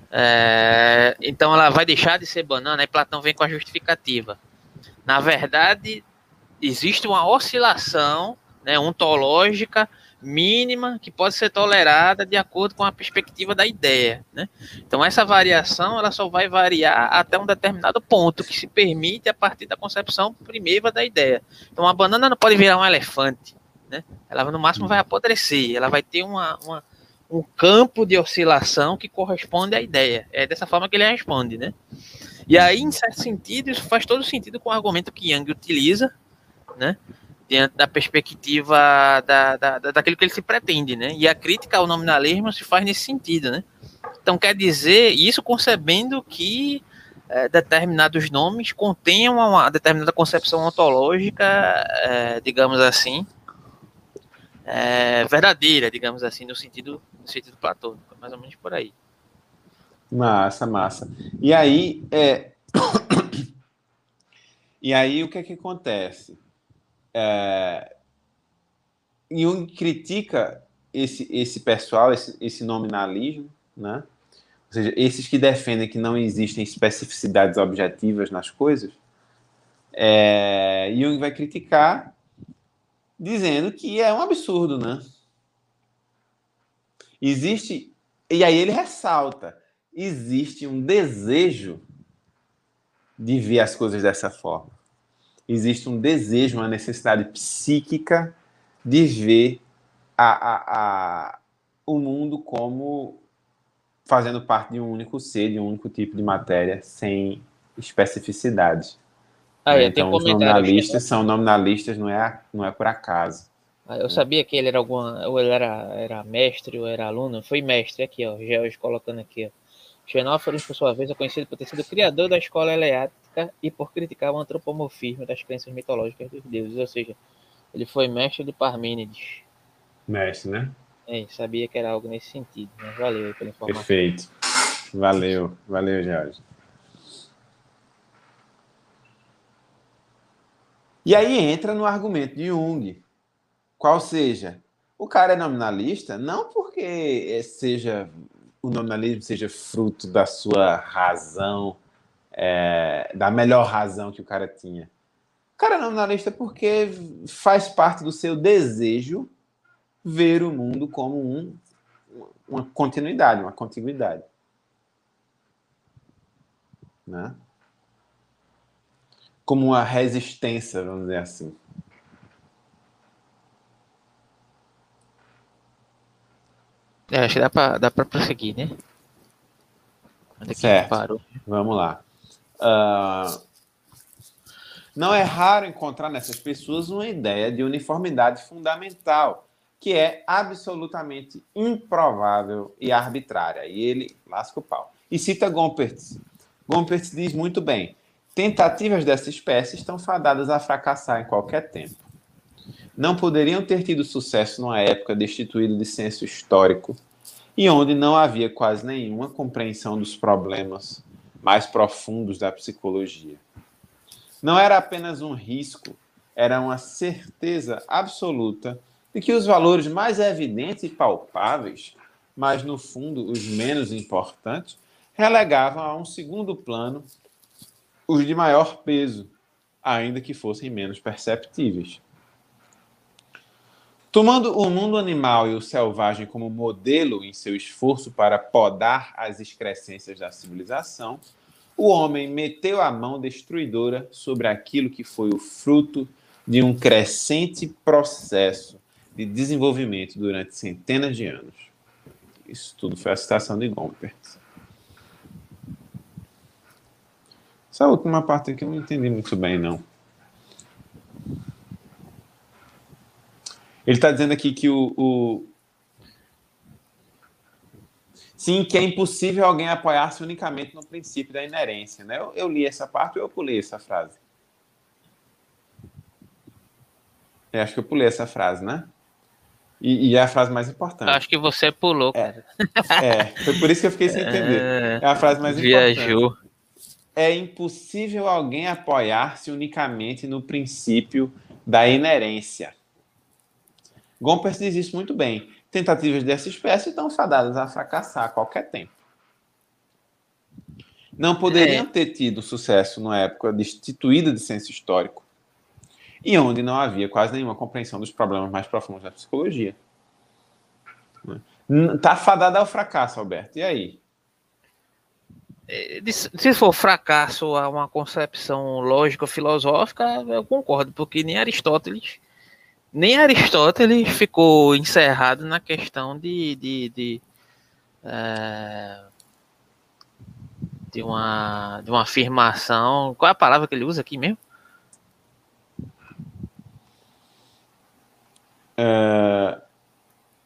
Então ela vai deixar de ser banana. Aí Platão vem com a justificativa. Na verdade, existe uma oscilação, né, ontológica mínima que pode ser tolerada de acordo com a perspectiva da ideia, né? Então essa variação ela só vai variar até um determinado ponto que se permite a partir da concepção primeira da ideia. Então a banana não pode virar um elefante, né? Ela no máximo vai apodrecer, ela vai ter um campo de oscilação que corresponde à ideia. É dessa forma que ele responde, né? E aí, em certo sentido, isso faz todo sentido com o argumento que Jung utiliza, né? Diante da perspectiva daquilo que ele se pretende, né? E a crítica ao nominalismo se faz nesse sentido, né? Então, quer dizer, isso concebendo que determinados nomes contenham uma determinada concepção ontológica, digamos assim, verdadeira, digamos assim, no sentido platônico, mais ou menos por aí. Massa, massa. E aí, o que é que acontece? Jung critica esse pessoal, esse nominalismo, né? Ou seja, esses que defendem que não existem especificidades objetivas nas coisas. Jung vai criticar dizendo que é um absurdo, né? Existe, e aí ele ressalta, existe um desejo de ver as coisas dessa forma. Existe um desejo, uma necessidade psíquica de ver o mundo como fazendo parte de um único ser, de um único tipo de matéria, sem especificidade. Então, os nominalistas são nominalistas, não é por acaso. Eu sabia que ele era ou ele era mestre ou era aluno. Foi mestre aqui, ó. George colocando aqui, ó. Xenófanes, por sua vez, é conhecido por ter sido criador da escola eleática e por criticar o antropomorfismo das crenças mitológicas dos deuses. Ou seja, ele foi mestre de Parmênides. Mestre, né? Sabia que era algo nesse sentido. Mas valeu aí pela informação. Perfeito. Valeu, George. E aí entra no argumento de Jung, qual seja, o cara é nominalista não porque o nominalismo seja fruto da sua razão, da melhor razão que o cara tinha. O cara é nominalista porque faz parte do seu desejo ver o mundo como uma continuidade, uma contiguidade. Né? Como uma resistência, vamos dizer assim. Acho que dá pra prosseguir, né? Onde certo. Parou? Vamos lá. Não é raro encontrar nessas pessoas uma ideia de uniformidade fundamental, que é absolutamente improvável e arbitrária. E ele lasca o pau. E cita Gompertz. Gompertz diz muito bem: tentativas dessa espécie estão fadadas a fracassar em qualquer tempo. Não poderiam ter tido sucesso numa época destituída de senso histórico e onde não havia quase nenhuma compreensão dos problemas mais profundos da psicologia. Não era apenas um risco, era uma certeza absoluta de que os valores mais evidentes e palpáveis, mas no fundo os menos importantes, relegavam a um segundo plano os de maior peso, ainda que fossem menos perceptíveis. Tomando o mundo animal e o selvagem como modelo em seu esforço para podar as excrescências da civilização, o homem meteu a mão destruidora sobre aquilo que foi o fruto de um crescente processo de desenvolvimento durante centenas de anos. Isso tudo foi a citação de Gompertz. Essa última parte aqui eu não entendi muito bem, não. Ele está dizendo aqui que Sim, que é impossível alguém apoiar-se unicamente no princípio da inerência. Né? Eu li essa parte ou eu pulei essa frase? Eu acho que eu pulei essa frase, né? E é a frase mais importante. Acho que você pulou, cara. Foi por isso que eu fiquei sem entender. É a frase mais Viajou. importante. É impossível alguém apoiar-se unicamente no princípio da inerência. Gompertz diz isso muito bem. Tentativas dessa espécie estão fadadas a fracassar a qualquer tempo. Não poderiam ter tido sucesso numa época destituída de senso histórico e onde não havia quase nenhuma compreensão dos problemas mais profundos da psicologia. Está fadada ao fracasso, Alberto. E aí? Se for fracasso a uma concepção lógico-filosófica, eu concordo, porque nem Aristóteles ficou encerrado na questão de uma afirmação. Qual é a palavra que ele usa aqui mesmo?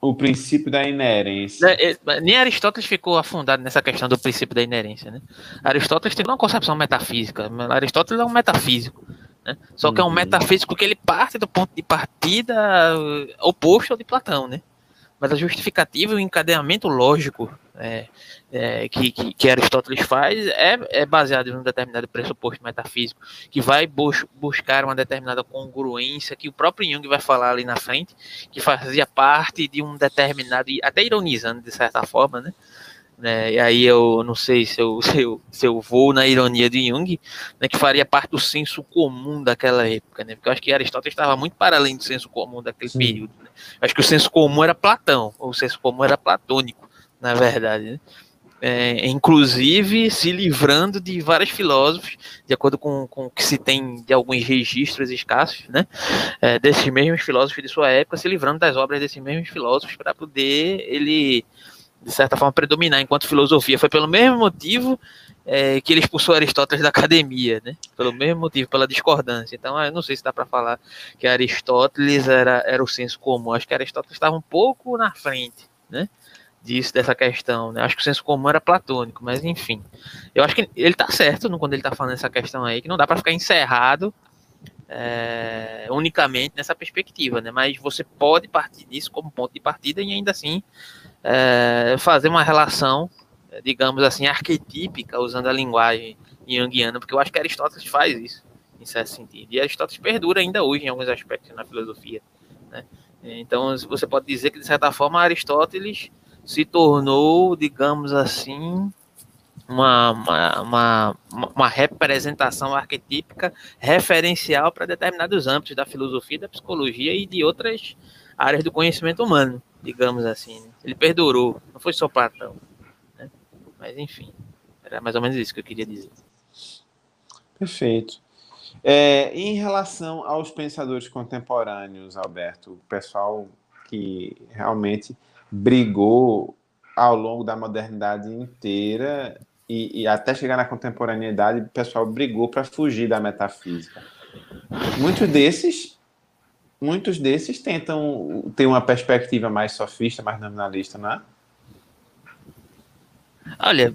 O princípio da inerência. Nem Aristóteles ficou afundado nessa questão do princípio da inerência, né? Aristóteles tem uma concepção metafísica. Aristóteles é um metafísico, né? Só que é um metafísico que ele parte do ponto de partida oposto ao de Platão, né? Mas a justificativa e o encadeamento lógico que Aristóteles faz é baseado em um determinado pressuposto metafísico, que vai buscar uma determinada congruência, que o próprio Jung vai falar ali na frente, que fazia parte de um determinado, até ironizando de certa forma, né? E aí eu não sei se eu vou na ironia de Jung, né, que faria parte do senso comum daquela época, né? Porque eu acho que Aristóteles estava muito para além do senso comum daquele período, né? Eu acho que o senso comum era Platão, ou o senso comum era platônico, na verdade, né? Inclusive se livrando de vários filósofos, de acordo com o que se tem de alguns registros escassos, né? Desses mesmos filósofos de sua época, se livrando das obras desses mesmos filósofos para poder ele, de certa forma, predominar enquanto filosofia. Foi pelo mesmo motivo que ele expulsou Aristóteles da academia, né? Pelo mesmo motivo, pela discordância. Então, eu não sei se dá para falar que Aristóteles era o senso comum. Acho que Aristóteles estava um pouco na frente, né, dessa questão, né? Acho que o senso comum era platônico, mas enfim. Eu acho que ele está certo quando ele está falando essa questão aí, que não dá para ficar encerrado unicamente nessa perspectiva, né? Mas você pode partir disso como ponto de partida e ainda assim fazer uma relação, digamos assim, arquetípica, usando a linguagem junguiana, porque eu acho que Aristóteles faz isso, em certo sentido. E Aristóteles perdura ainda hoje em alguns aspectos na filosofia, né? Então, você pode dizer que, de certa forma, Aristóteles se tornou, digamos assim, uma representação arquetípica referencial para determinados âmbitos da filosofia, da psicologia e de outras áreas do conhecimento humano, digamos assim, né? Ele perdurou, não foi só Platão, né? Mas enfim, era mais ou menos isso que eu queria dizer. Perfeito. Em relação aos pensadores contemporâneos, Alberto, o pessoal que realmente brigou ao longo da modernidade inteira e até chegar na contemporaneidade, o pessoal brigou para fugir da metafísica. Muitos desses tentam ter uma perspectiva mais sofista, mais nominalista, não é? Olha,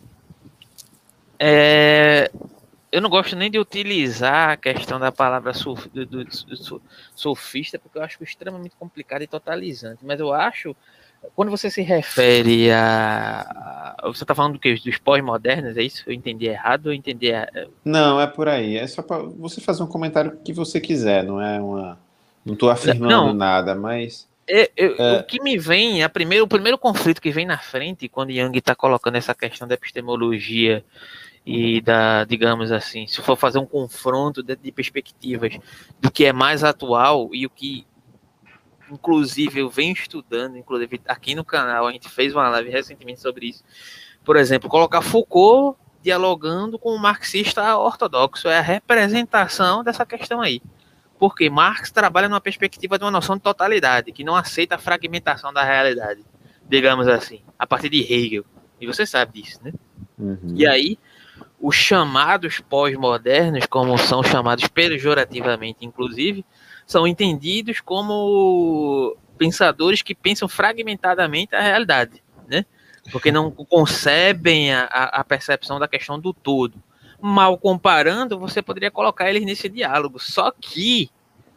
eu não gosto nem de utilizar a questão da palavra sofista, porque eu acho extremamente complicado e totalizante. Mas eu acho, quando você se refere você está falando do quê? Dos pós-modernos, é isso? Eu entendi errado ou eu entendi... Não, é por aí. É só para você fazer um comentário que você quiser, não é uma... Não estou afirmando nada, mas... O que me vem, o primeiro conflito que vem na frente, quando Jung está colocando essa questão da epistemologia e digamos assim, se for fazer um confronto de perspectivas do que é mais atual e o que, inclusive, eu venho estudando, inclusive aqui no canal, a gente fez uma live recentemente sobre isso. Por exemplo, colocar Foucault dialogando com o marxista ortodoxo é a representação dessa questão aí. Porque Marx trabalha numa perspectiva de uma noção de totalidade, que não aceita a fragmentação da realidade, digamos assim, a partir de Hegel. E você sabe disso, né? Uhum. E aí, os chamados pós-modernos, como são chamados pejorativamente, inclusive, são entendidos como pensadores que pensam fragmentadamente a realidade, né? Porque não concebem a percepção da questão do todo. Mal comparando, você poderia colocar eles nesse diálogo. Só que,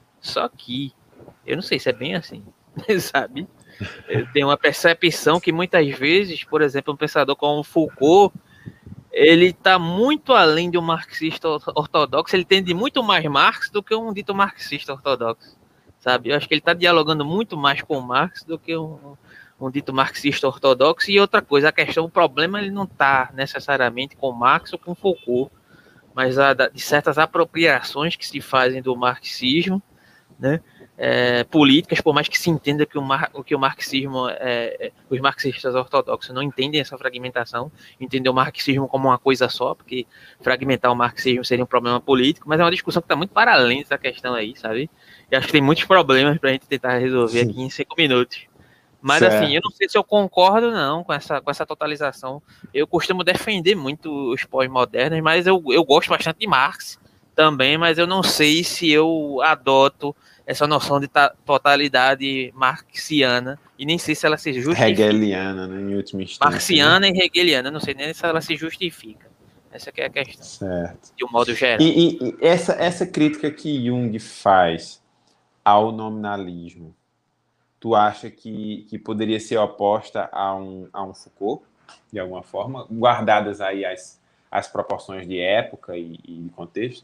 eu não sei se é bem assim, sabe? Eu tenho uma percepção que muitas vezes, por exemplo, um pensador como Foucault, ele está muito além de um marxista ortodoxo, ele entende muito mais Marx do que um dito marxista ortodoxo, sabe? Eu acho que ele está dialogando muito mais com Marx do que um dito marxista ortodoxo. E outra coisa, o problema ele não está necessariamente com Marx ou com Foucault, mas de certas apropriações que se fazem do marxismo, né? Políticas, por mais que se entenda que o marxismo, os marxistas ortodoxos não entendem essa fragmentação, entendem o marxismo como uma coisa só, porque fragmentar o marxismo seria um problema político, mas é uma discussão que está muito para além dessa questão aí, sabe? E acho que tem muitos problemas para a gente tentar resolver aqui em 5 minutos. Mas certo. Assim, eu não sei se eu concordo não com essa totalização. Eu costumo defender muito os pós-modernos, mas eu gosto bastante de Marx também, mas eu não sei se eu adoto essa noção de totalidade marxiana e nem sei se ela se justifica. Hegeliana, né, em última instância. Marxiana, né? E hegeliana, não sei nem se ela se justifica. Essa que é a questão. Certo. De um modo geral. E essa crítica que Jung faz ao nominalismo, tu acha que poderia ser oposta a um Foucault, de alguma forma, guardadas aí as proporções de época e de contexto?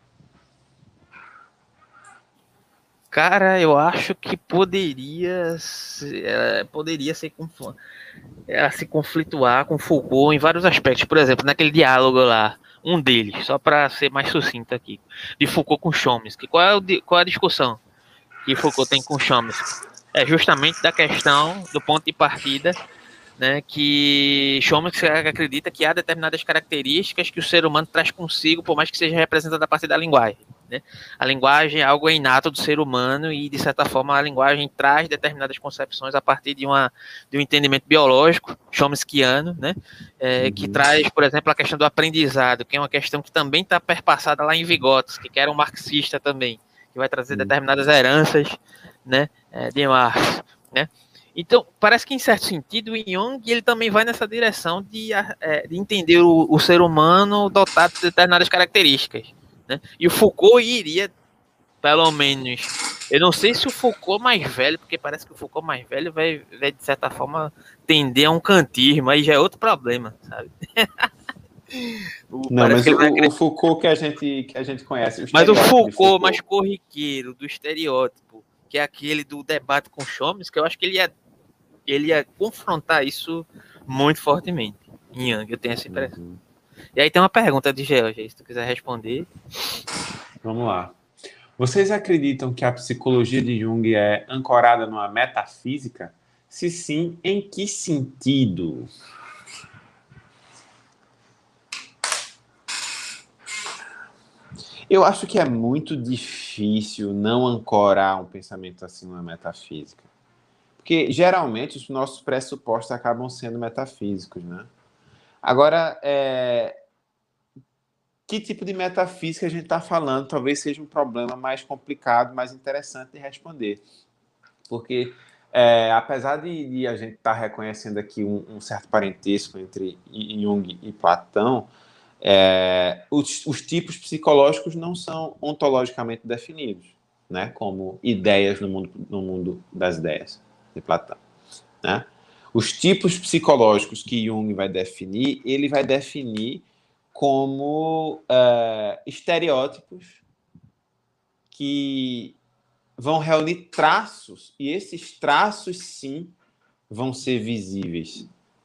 Cara, eu acho que poderia se conflituar com Foucault em vários aspectos. Por exemplo, naquele diálogo lá, um deles, só para ser mais sucinto aqui, de Foucault com Chomsky. Qual é a discussão que Foucault tem com Chomsky? É justamente da questão do ponto de partida, né, que Chomsky acredita que há determinadas características que o ser humano traz consigo, por mais que seja representada a partir da linguagem. Né? A linguagem é algo inato do ser humano e, de certa forma, a linguagem traz determinadas concepções a partir de um entendimento biológico, chomskiano, né? Que traz, por exemplo, a questão do aprendizado, que é uma questão que também está perpassada lá em Vygotsky, que era um marxista também, que vai trazer determinadas heranças, né, de Marx, né? Então, parece que, em certo sentido, o Jung ele também vai nessa direção de entender o ser humano dotado de determinadas características. Né? E o Foucault iria, pelo menos... Eu não sei se o Foucault mais velho, porque parece que o Foucault mais velho vai de certa forma, tender a um kantismo, aí já é outro problema, sabe? Não, mas o Foucault que a gente conhece... Mas o Foucault mais corriqueiro, do estereótipo, que é aquele do debate com Chomsky, que eu acho que ele ia confrontar isso muito fortemente em Jung, eu tenho essa impressão. E aí tem uma pergunta de Georgia, se tu quiser responder. Vamos lá. Vocês acreditam que a psicologia de Jung é ancorada numa metafísica? Se sim, em que sentido? Eu acho que é muito difícil não ancorar um pensamento assim numa metafísica. Porque, geralmente, os nossos pressupostos acabam sendo metafísicos, né? Agora, que tipo de metafísica a gente está falando? Talvez seja um problema mais complicado, mais interessante de responder. Porque, apesar de a gente estar reconhecendo aqui um certo parentesco entre Jung e Platão, os tipos psicológicos não são ontologicamente definidos, né? Como ideias no mundo das ideias de Platão, né? Os tipos psicológicos que Jung vai definir, ele vai definir como estereótipos que vão reunir traços, e esses traços, sim, vão ser visíveis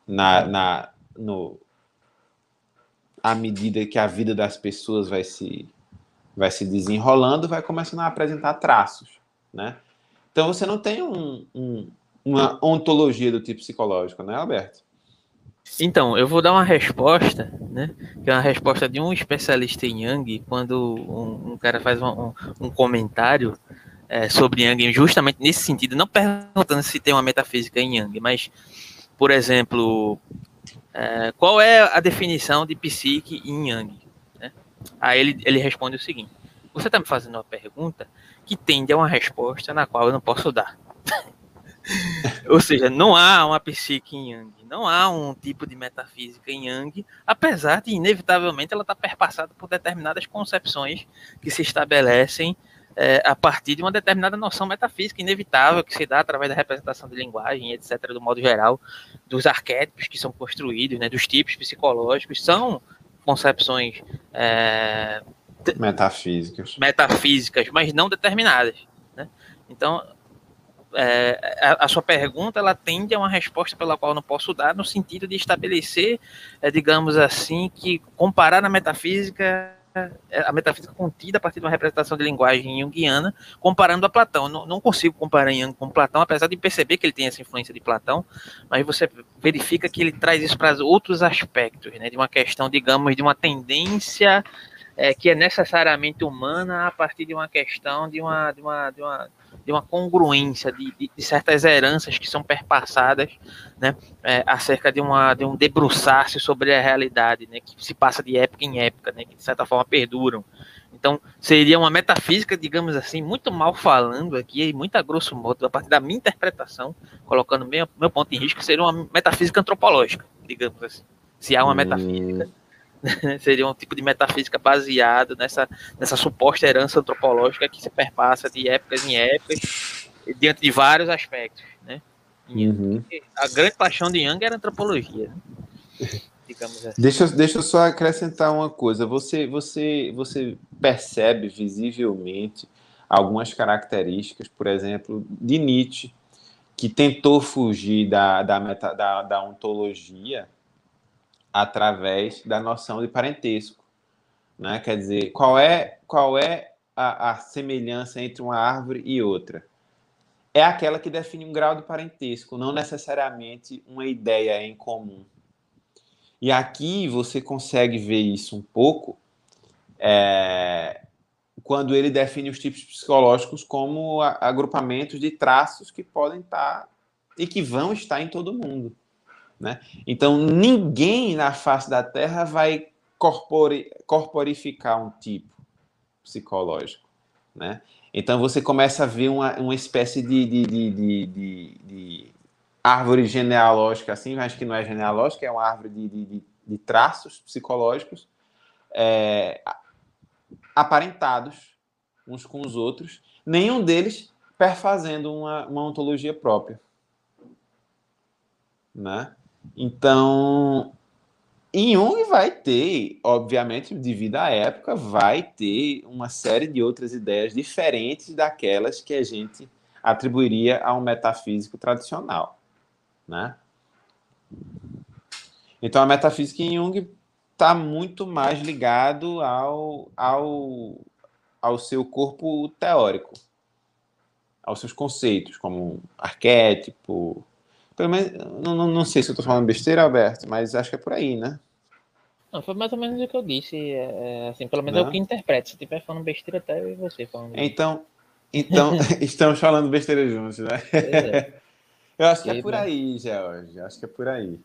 à medida que a vida das pessoas vai se desenrolando, vai começando a apresentar traços, né? Então, você não tem uma ontologia do tipo psicológico, né, Alberto? Então, eu vou dar uma resposta, né? Que é uma resposta de um especialista em Jung, quando um cara faz um comentário sobre Jung, justamente nesse sentido, não perguntando se tem uma metafísica em Jung, mas, por exemplo, qual é a definição de psique em Jung? Né? Aí ele responde o seguinte: você está me fazendo uma pergunta que tende a uma resposta na qual eu não posso dar. Ou seja, não há uma psique em Jung, não há um tipo de metafísica em Jung, apesar de, inevitavelmente, ela estar perpassada por determinadas concepções que se estabelecem a partir de uma determinada noção metafísica inevitável que se dá através da representação de linguagem, etc., do modo geral, dos arquétipos que são construídos, né, dos tipos psicológicos, são concepções metafísicas, mas não determinadas. Né? Então, a sua pergunta ela tende a uma resposta pela qual eu não posso dar, no sentido de estabelecer, digamos assim, que comparar a metafísica contida a partir de uma representação de linguagem junguiana, comparando a Platão. Não consigo comparar Jung com Platão, apesar de perceber que ele tem essa influência de Platão, mas você verifica que ele traz isso para outros aspectos, né, de uma questão, digamos, de uma tendência que é necessariamente humana a partir de uma questão de uma congruência de certas heranças que são perpassadas, né, acerca de um debruçar-se sobre a realidade, né, que se passa de época em época, né, que de certa forma perduram. Então, seria uma metafísica, digamos assim, muito mal falando aqui, muito a grosso modo, a partir da minha interpretação, colocando meu ponto em risco, seria uma metafísica antropológica, digamos assim. Se há uma metafísica, seria um tipo de metafísica baseado nessa suposta herança antropológica que se perpassa de épocas em épocas, diante de vários aspectos, né? A grande paixão de Jung era a antropologia, né? Digamos assim. Deixa eu só acrescentar uma coisa. Você percebe visivelmente algumas características, por exemplo, de Nietzsche, que tentou fugir da ontologia através da noção de parentesco, né? Quer dizer, qual é a semelhança entre uma árvore e outra? É aquela que define um grau de parentesco, não necessariamente uma ideia em comum. E aqui você consegue ver isso um pouco quando ele define os tipos psicológicos como agrupamentos de traços que podem estar e que vão estar em todo mundo, né? Então, ninguém na face da Terra vai corporificar um tipo psicológico, né? Então, você começa a ver uma espécie de árvore genealógica, assim, acho que não é genealógica, é uma árvore de traços psicológicos aparentados uns com os outros, nenhum deles perfazendo uma ontologia própria, né? Então, Jung vai ter, obviamente, devido à época, vai ter uma série de outras ideias diferentes daquelas que a gente atribuiria a um metafísico tradicional, né? Então, a metafísica em Jung está muito mais ligado ao seu corpo teórico, aos seus conceitos, como arquétipo. Pelo menos, não sei se eu estou falando besteira, Alberto, mas acho que é por aí, né? Não, foi mais ou menos o que eu disse. Assim, pelo menos é o que interpreto. Se estiver falando besteira, até eu e você falando besteira. Então estamos falando besteira juntos, né? Eu acho que é por aí, George. Acho que é por aí.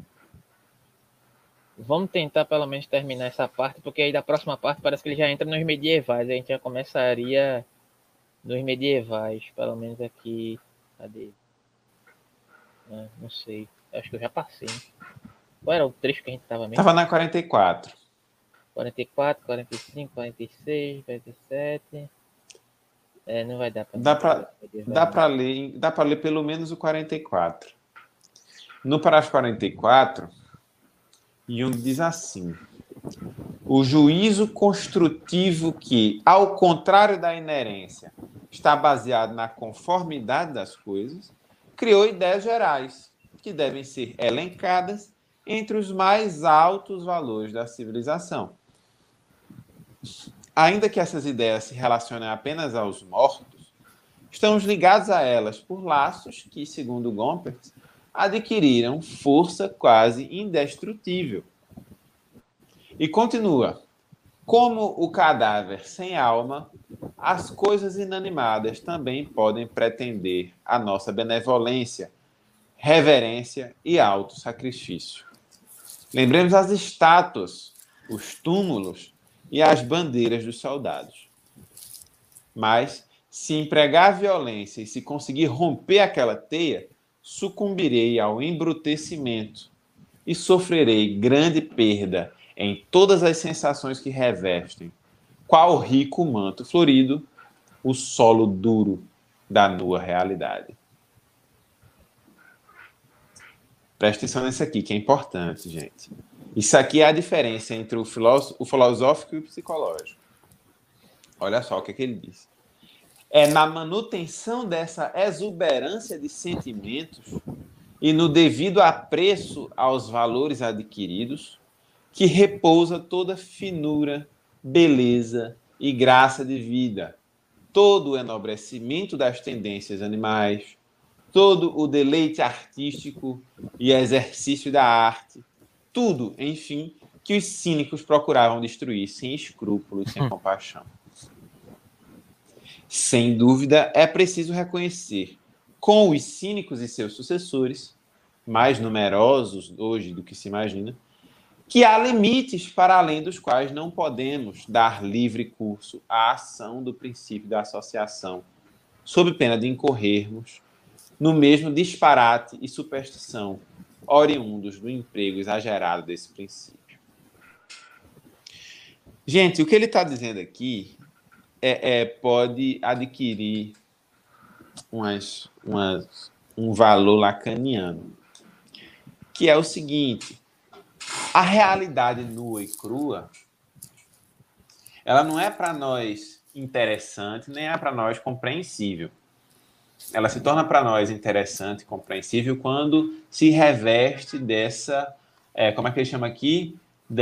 Vamos tentar pelo menos terminar essa parte, porque aí da próxima parte parece que ele já entra nos medievais. A gente já começaria nos medievais, pelo menos aqui. Cadê? Não sei. Acho que eu já passei. Qual era o trecho que a gente estava mesmo? Estava na 44. 44, 45, 46, 47. Não vai dar para Dá para ler pelo menos o 44. No parágrafo 44, Jung diz assim: o juízo construtivo que, ao contrário da inerência, está baseado na conformidade das coisas, criou ideias gerais que devem ser elencadas entre os mais altos valores da civilização. Ainda que essas ideias se relacionem apenas aos mortos, estamos ligados a elas por laços que, segundo Gompertz, adquiriram força quase indestrutível. E continua: como o cadáver sem alma, as coisas inanimadas também podem pretender a nossa benevolência, reverência e auto-sacrifício. Lembremos as estátuas, os túmulos e as bandeiras dos soldados. Mas, se empregar a violência e se conseguir romper aquela teia, sucumbirei ao embrutecimento e sofrerei grande perda em todas as sensações que revestem, qual rico manto florido, o solo duro da nua realidade. Presta atenção nisso aqui, que é importante, gente. Isso aqui é a diferença entre o filosófico e o psicológico. Olha só o que ele diz. É na manutenção dessa exuberância de sentimentos e no devido apreço aos valores adquiridos que repousa toda finura, beleza e graça de vida, todo o enobrecimento das tendências animais, todo o deleite artístico e exercício da arte, tudo, enfim, que os cínicos procuravam destruir sem escrúpulos, sem compaixão. Sem dúvida, é preciso reconhecer, com os cínicos e seus sucessores, mais numerosos hoje do que se imagina, que há limites para além dos quais não podemos dar livre curso à ação do princípio da associação, sob pena de incorrermos no mesmo disparate e superstição oriundos do emprego exagerado desse princípio. Gente, o que ele está dizendo aqui pode adquirir um valor lacaniano, que é o seguinte: a realidade nua e crua, ela não é para nós interessante, nem é para nós compreensível. Ela se torna para nós interessante e compreensível quando se reveste dessa, como é que ele chama aqui?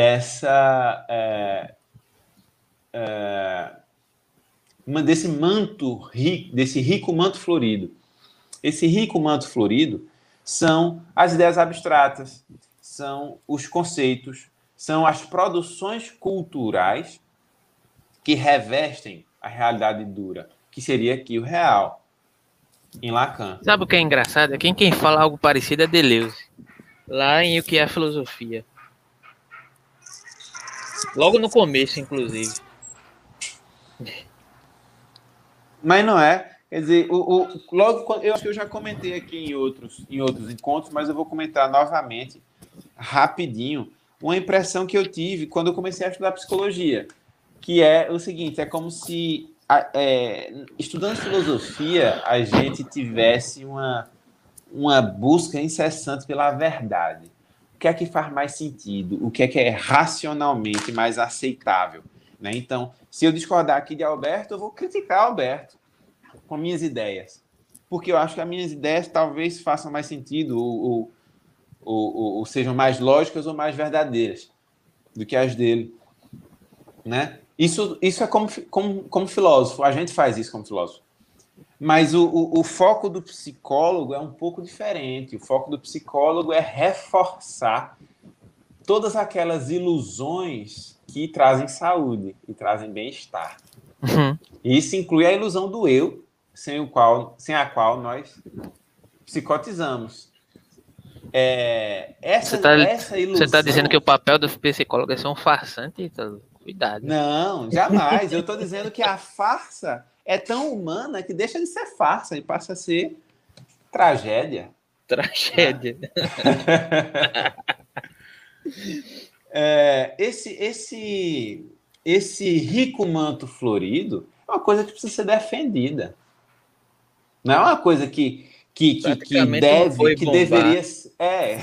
Desse manto rico, desse rico manto florido. Esse rico manto florido são as ideias abstratas, são os conceitos, são as produções culturais que revestem a realidade dura, que seria aqui o real, em Lacan. Sabe o que é engraçado? É quem fala algo parecido é Deleuze, lá em O que é a Filosofia. Logo no começo, inclusive. Mas não é. Quer dizer, logo, eu acho que eu já comentei aqui em outros encontros, mas eu vou comentar novamente, rapidinho, uma impressão que eu tive quando eu comecei a estudar psicologia, que é o seguinte: é como se, estudando filosofia, a gente tivesse uma busca incessante pela verdade. O que é que faz mais sentido? O que é racionalmente mais aceitável? Né? Então, se eu discordar aqui de Alberto, eu vou criticar Alberto com minhas ideias, porque eu acho que as minhas ideias talvez façam mais sentido ou sejam mais lógicas ou mais verdadeiras do que as dele, né? Isso é como filósofo, a gente faz isso como filósofo. Mas o foco do psicólogo é um pouco diferente. O foco do psicólogo é reforçar todas aquelas ilusões que trazem saúde e trazem bem-estar. Uhum. E isso inclui a ilusão do eu, sem a qual nós psicotizamos. Essa ilusão... Você está dizendo que o papel do psicólogo é ser um farsante? Então, cuidado. Não, jamais. Eu estou dizendo que a farsa é tão humana que deixa de ser farsa e passa a ser tragédia. Tragédia. Esse rico manto florido é uma coisa que precisa ser defendida. Não é uma coisa que deveria... É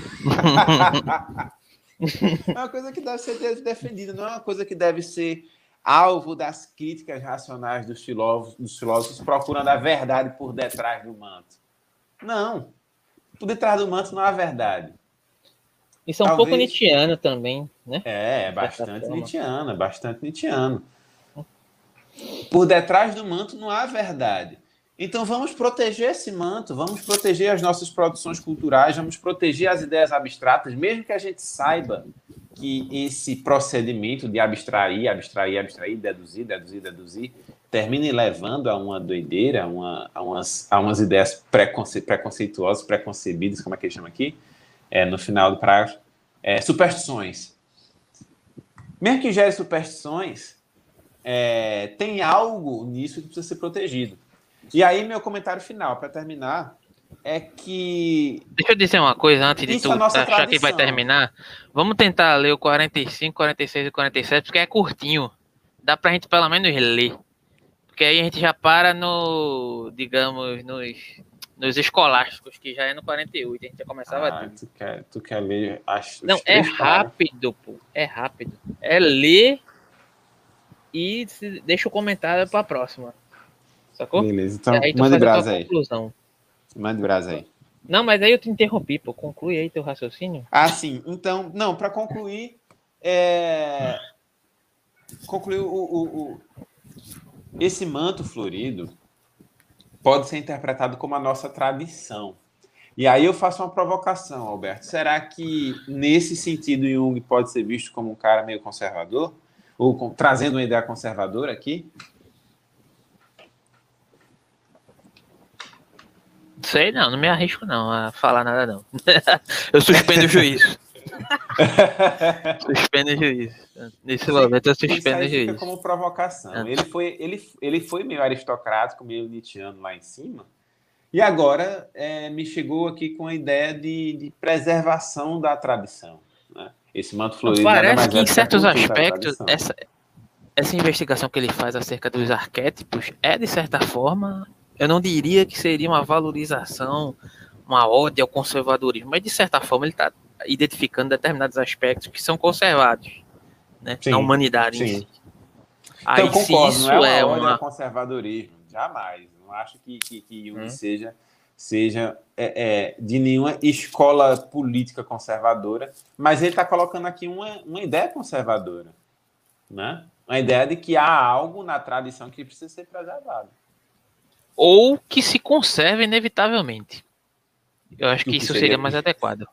uma coisa que deve ser defendida, não é uma coisa que deve ser alvo das críticas racionais dos filósofos procurando a verdade por detrás do manto. Não. Por detrás do manto não há verdade. Isso é um pouco nietzschiano também, né? Bastante nietzschiano. Por detrás do manto não há verdade. Então vamos proteger esse manto, vamos proteger as nossas produções culturais, vamos proteger as ideias abstratas, mesmo que a gente saiba que esse procedimento de abstrair, deduzir, termine levando a uma doideira, a umas ideias preconceituosas, preconcebidas, como é que ele chama aqui? No final do parágrafo, superstições. Mesmo que gere superstições, tem algo nisso que precisa ser protegido. E aí, meu comentário final, para terminar, é que... Deixa eu dizer uma coisa antes de tu achar que vai terminar. Vamos tentar ler o 45, 46 e 47, porque é curtinho. Dá pra gente pelo menos ler. Porque aí a gente já para digamos, nos escolásticos, que já é no 48. A gente já começava tu quer ler... Não, é rápido, pô. É rápido. É ler e deixa o comentário pra próxima. Sacou? Beleza, então manda brasa aí. Conclusão. Manda brasa aí. Não, mas aí eu te interrompi, pô. Conclui aí teu raciocínio. Ah, sim. Então, não, para concluir, esse manto florido pode ser interpretado como a nossa tradição. E aí eu faço uma provocação, Alberto. Será que, nesse sentido, Jung pode ser visto como um cara meio conservador? Ou trazendo uma ideia conservadora aqui? Sei não me arrisco não a falar nada não. Eu suspendo o juízo. Suspende o juiz. Nesse momento eu suspendo isso aí o juiz. fica como provocação. Ele foi meio aristocrático, meio nietzschiano lá em cima, e agora me chegou aqui com a ideia de preservação da tradição. Né? Esse manto florido nada Parece mais que é em do que a certos cultura da aspectos, tradição. essa investigação que ele faz acerca dos arquétipos é, de certa forma, eu não diria que seria uma valorização, uma ode ao conservadorismo, mas de certa forma ele está identificando determinados aspectos que são conservados, né, na humanidade em si. Então, Aí, se concordo, não é isso uma é ode ao uma... conservadorismo, jamais. Não acho que Jung seja de nenhuma escola política conservadora, mas ele está colocando aqui uma ideia conservadora, né? Uma ideia de que há algo na tradição que precisa ser preservado. Ou que se conserve inevitavelmente. Eu acho que isso seria mais adequado.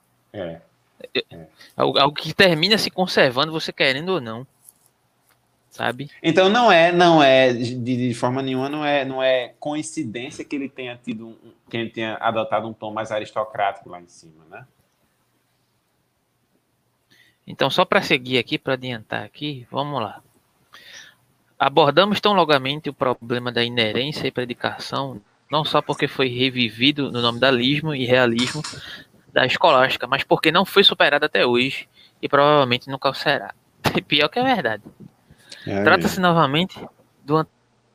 Algo que termina se conservando, você querendo ou não. Sabe? Então não é de forma nenhuma, não é coincidência que ele tenha que ele tenha adotado um tom mais aristocrático lá em cima, né? Então, só para seguir aqui, para adiantar aqui, vamos lá. Abordamos tão longamente o problema da inerência e predicação, não só porque foi revivido no nome da lismo e realismo da escolástica, mas porque não foi superado até hoje e provavelmente nunca o será. Pior que é verdade. Trata-se novamente do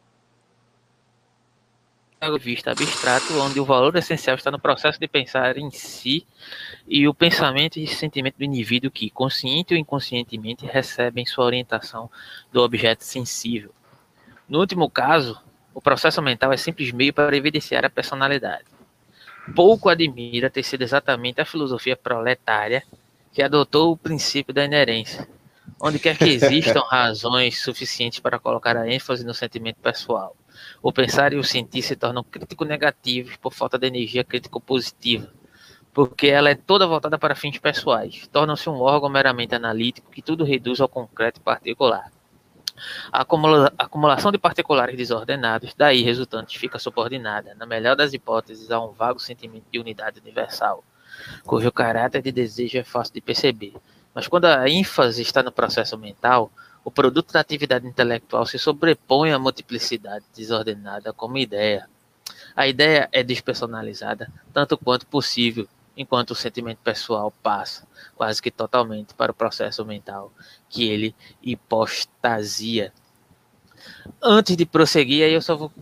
vista abstrato, onde o valor essencial está no processo de pensar em si e o pensamento e sentimento do indivíduo que, consciente ou inconscientemente, recebem sua orientação do objeto sensível. No último caso, o processo mental é simples meio para evidenciar a personalidade. Pouco admira ter sido exatamente a filosofia proletária que adotou o princípio da inerência, onde quer que existam razões suficientes para colocar a ênfase no sentimento pessoal. O pensar e o sentir se tornam crítico-negativos por falta de energia crítico-positiva, porque ela é toda voltada para fins pessoais. Torna-se um órgão meramente analítico que tudo reduz ao concreto e particular. A acumulação de particulares desordenados, daí resultantes, fica subordinada, na melhor das hipóteses, a um vago sentimento de unidade universal, cujo caráter de desejo é fácil de perceber. Mas quando a ênfase está no processo mental, o produto da atividade intelectual se sobrepõe à multiplicidade desordenada como ideia. A ideia é despersonalizada, tanto quanto possível, enquanto o sentimento pessoal passa, quase que totalmente, para o processo mental que ele hipostasia. Antes de prosseguir, aí eu só vou...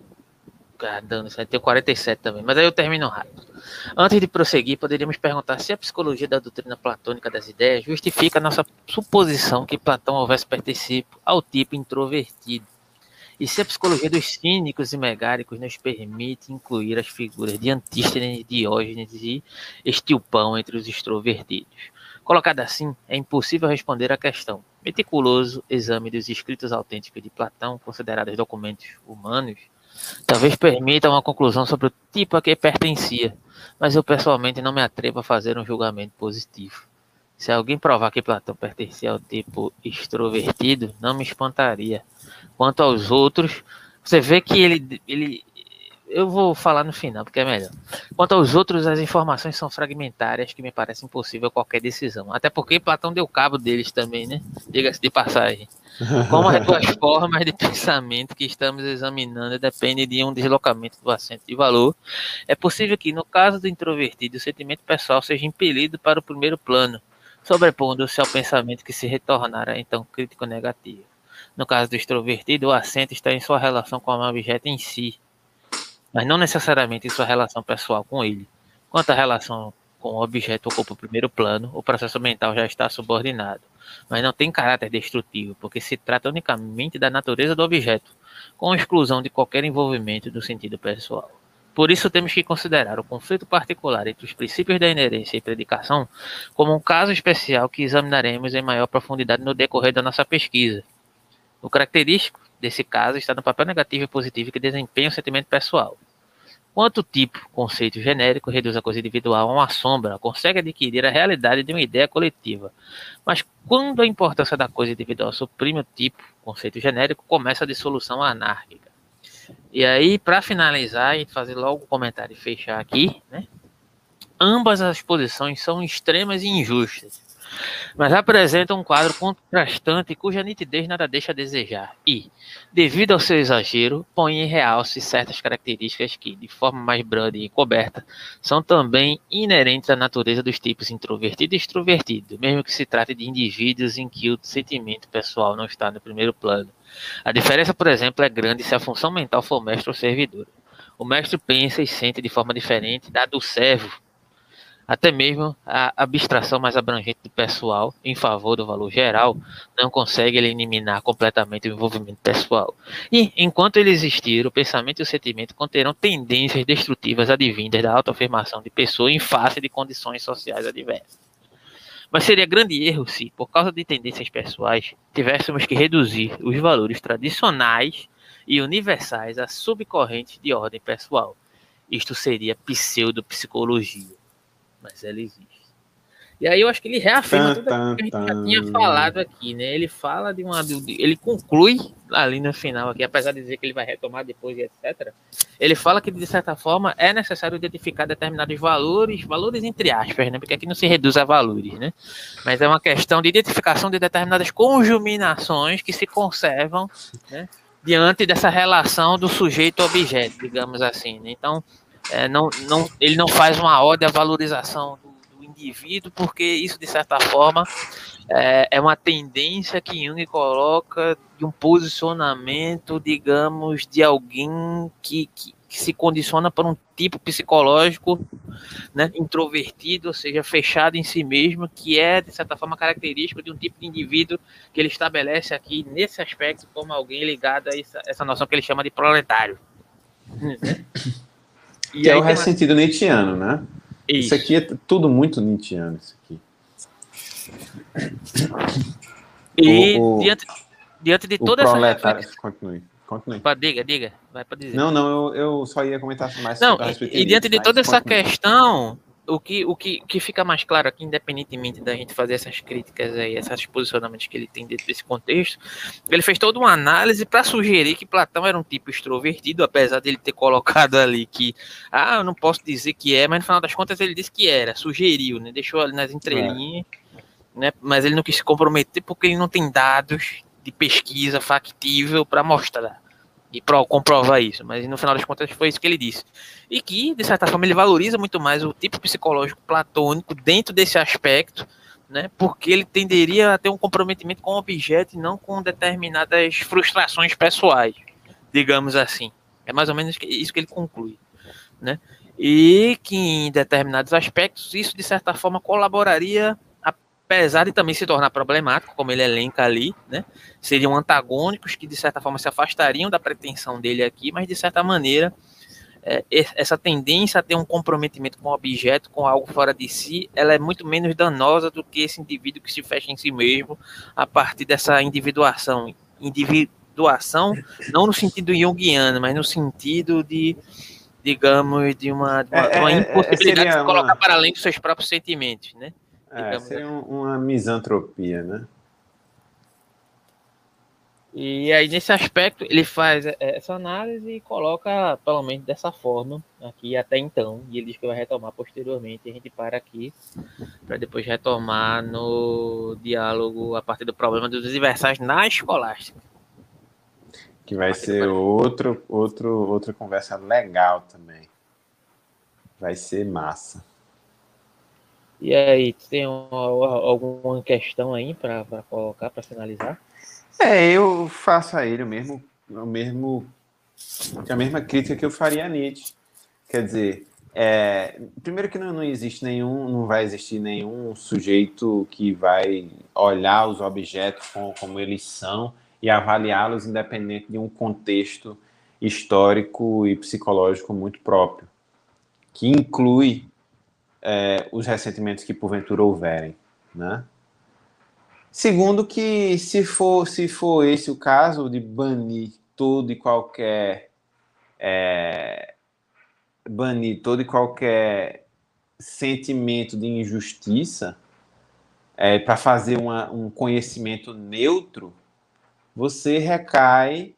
Dando, isso aí tem 47 também, mas aí eu termino rápido. Antes de prosseguir, poderíamos perguntar se a psicologia da doutrina platônica das ideias justifica a nossa suposição que Platão houvesse pertencido ao tipo introvertido. E se a psicologia dos cínicos e megáricos nos permite incluir as figuras de Antístenes, Diógenes e Estilpão entre os extrovertidos. Colocado assim, é impossível responder à questão. Meticuloso exame dos escritos autênticos de Platão, considerados documentos humanos, talvez permita uma conclusão sobre o tipo a que pertencia, mas eu pessoalmente não me atrevo a fazer um julgamento positivo. Se alguém provar que Platão pertencia ao tipo extrovertido, não me espantaria. Quanto aos outros, você vê que ele... Eu vou falar no final, porque é melhor. Quanto aos outros, as informações são fragmentárias, que me parece impossível qualquer decisão. Até porque Platão deu cabo deles também, né? Diga-se de passagem. Como as duas formas de pensamento que estamos examinando dependem de um deslocamento do acento de valor, é possível que, no caso do introvertido, o sentimento pessoal seja impelido para o primeiro plano, sobrepondo-se ao pensamento que se retornara então crítico negativo. No caso do extrovertido, o acento está em sua relação com o objeto em si, mas não necessariamente em sua relação pessoal com ele. Quanto à relação com o objeto ocupa o primeiro plano, o processo mental já está subordinado, mas não tem caráter destrutivo, porque se trata unicamente da natureza do objeto, com exclusão de qualquer envolvimento do sentido pessoal. Por isso temos que considerar o conflito particular entre os princípios da inerência e predicação como um caso especial que examinaremos em maior profundidade no decorrer da nossa pesquisa. O característico desse caso está no papel negativo e positivo que desempenha o sentimento pessoal. Quanto o tipo, conceito genérico, reduz a coisa individual a uma sombra, consegue adquirir a realidade de uma ideia coletiva. Mas quando a importância da coisa individual suprime o tipo, conceito genérico, começa a dissolução anárquica. E aí, para finalizar e fazer logo o comentário e fechar aqui, né? Ambas as posições são extremas e injustas. mas apresenta um quadro contrastante cuja nitidez nada deixa a desejar e, devido ao seu exagero, põe em realce certas características que, de forma mais branda e encoberta, são também inerentes à natureza dos tipos introvertido e extrovertido, mesmo que se trate de indivíduos em que o sentimento pessoal não está no primeiro plano. A diferença, por exemplo, é grande se a função mental for mestre ou servidor. O mestre pensa e sente de forma diferente da do servo. Até mesmo a abstração mais abrangente do pessoal em favor do valor geral não consegue eliminar completamente o envolvimento pessoal. E, enquanto ele existir, o pensamento e o sentimento conterão tendências destrutivas advindas da autoafirmação de pessoa em face de condições sociais adversas. Mas seria grande erro se, por causa de tendências pessoais, tivéssemos que reduzir os valores tradicionais e universais a subcorrentes de ordem pessoal. Isto seria pseudopsicologia, mas ela existe. E aí eu acho que ele reafirma tudo aquilo que a gente já tinha falado aqui, né? Ele fala ele conclui ali no final aqui, apesar de dizer que ele vai retomar depois e etc. Ele fala que, de certa forma, é necessário identificar determinados valores entre aspas, né? Porque aqui não se reduz a valores, né? Mas é uma questão de identificação de determinadas conjuminações que se conservam, né? Diante dessa relação do sujeito-objeto, digamos assim, né? Então, ele não faz uma ode à valorização do indivíduo, porque isso, de certa forma, é uma tendência que Jung coloca de um posicionamento, digamos, de alguém que se condiciona por um tipo psicológico, né, introvertido, ou seja, fechado em si mesmo, que é, de certa forma, característico de um tipo de indivíduo que ele estabelece aqui, nesse aspecto, como alguém ligado a essa noção que ele chama de proletário. Né? E que é o ressentido nietzschiano, né? Isso aqui é tudo muito nietzschiano, isso aqui. E diante de toda essa reflexão... Continue. Diga, vai para dizer. Não, eu só ia comentar mais a respeito de diante de toda essa questão, o que fica mais claro aqui, independentemente da gente fazer essas críticas aí, esses posicionamentos que ele tem dentro desse contexto, ele fez toda uma análise para sugerir que Platão era um tipo extrovertido, apesar de ele ter colocado ali que, eu não posso dizer que é, mas no final das contas ele disse que era, sugeriu, né, deixou ali nas entrelinhas, né, mas ele não quis se comprometer porque ele não tem dados de pesquisa factível para mostrar e comprovar isso, mas no final das contas foi isso que ele disse. E que, de certa forma, ele valoriza muito mais o tipo psicológico platônico dentro desse aspecto, né, porque ele tenderia a ter um comprometimento com o objeto e não com determinadas frustrações pessoais, digamos assim. É mais ou menos isso que ele conclui, né? E que em determinados aspectos isso, de certa forma, colaboraria, apesar de também se tornar problemático, como ele elenca ali, né? Seriam antagônicos que, de certa forma, se afastariam da pretensão dele aqui, mas, de certa maneira, essa tendência a ter um comprometimento com o objeto, com algo fora de si, ela é muito menos danosa do que esse indivíduo que se fecha em si mesmo a partir dessa individuação. Individuação, não no sentido junguiano, mas no sentido de, digamos, de uma impossibilidade de se colocar para além dos seus próprios sentimentos, né? Seria uma misantropia, né? E aí, nesse aspecto, ele faz essa análise e coloca, pelo menos dessa forma, aqui até então, e ele diz que vai retomar posteriormente, e a gente para aqui, para depois retomar no diálogo a partir do problema dos universais na escolástica. Que vai ser outra conversa legal também. Vai ser massa. E aí, tem alguma questão aí para colocar, para finalizar? Eu faço a ele a mesma crítica que eu faria a Nietzsche. Quer dizer, primeiro que não vai existir nenhum sujeito que vai olhar os objetos como eles são e avaliá-los independente de um contexto histórico e psicológico muito próprio, que inclui os ressentimentos que porventura houverem, né? Segundo que, se for esse o caso de banir todo e qualquer sentimento de injustiça para fazer um conhecimento neutro, você recai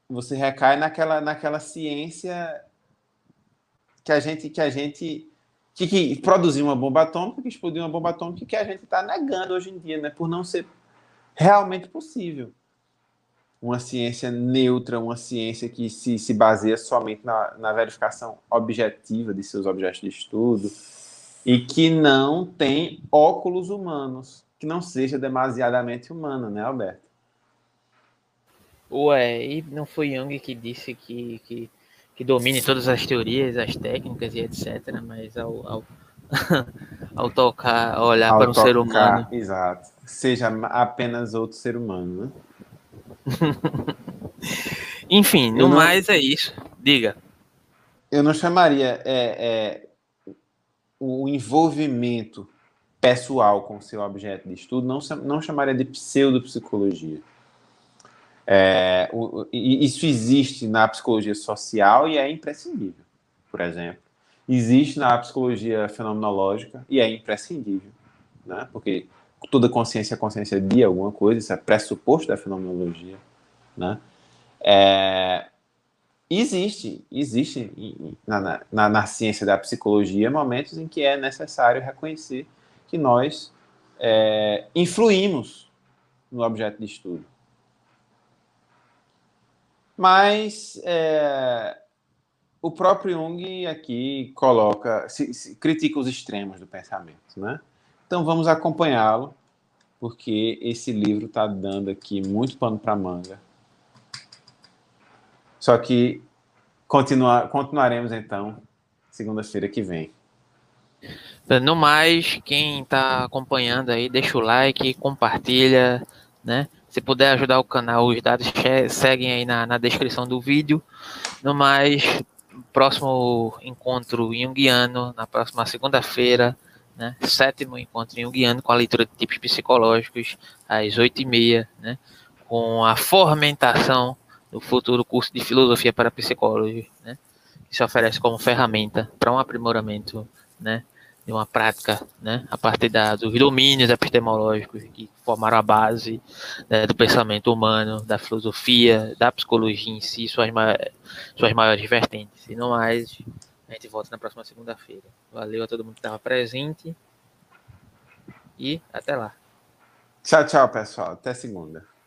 naquela ciência que a gente que produziu uma bomba atômica, que explodiu uma bomba atômica, que a gente está negando hoje em dia, né, por não ser realmente possível. Uma ciência neutra, uma ciência que se baseia somente na verificação objetiva de seus objetos de estudo e que não tem óculos humanos, que não seja demasiadamente humana, né, Alberto? Ué, e não foi Jung que disse que domine todas as teorias, as técnicas e etc. Mas ao tocar, olhar Ao para um ser humano. tocar, exato. Seja apenas outro ser humano, né? Enfim, no mais é isso. Diga. Eu não chamaria o envolvimento pessoal com o seu objeto de estudo, não chamaria de pseudopsicologia. Isso existe na psicologia social e é imprescindível, por exemplo. Existe na psicologia fenomenológica e é imprescindível, né? Porque toda consciência é consciência de alguma coisa, isso é pressuposto da fenomenologia, né? Existe na ciência da psicologia momentos em que é necessário reconhecer que nós influímos no objeto de estudo. Mas o próprio Jung aqui critica os extremos do pensamento, né? Então vamos acompanhá-lo, porque esse livro está dando aqui muito pano para manga. Só que continuaremos então segunda-feira que vem. No mais, quem está acompanhando aí, deixa o like, compartilha, né? Se puder ajudar o canal, os dados seguem aí na descrição do vídeo. No mais, próximo encontro junguiano, na próxima segunda-feira, né? 7º encontro junguiano com a leitura de tipos psicológicos, às 8h30, né? Com a fomentação do futuro curso de filosofia para psicólogos, né? Que se oferece como ferramenta para um aprimoramento, né? De uma prática, né, a partir dos domínios epistemológicos que formaram a base, né, do pensamento humano, da filosofia, da psicologia em si, suas maiores vertentes. E no mais, a gente volta na próxima segunda-feira. Valeu a todo mundo que estava presente e até lá. Tchau, tchau, pessoal. Até segunda.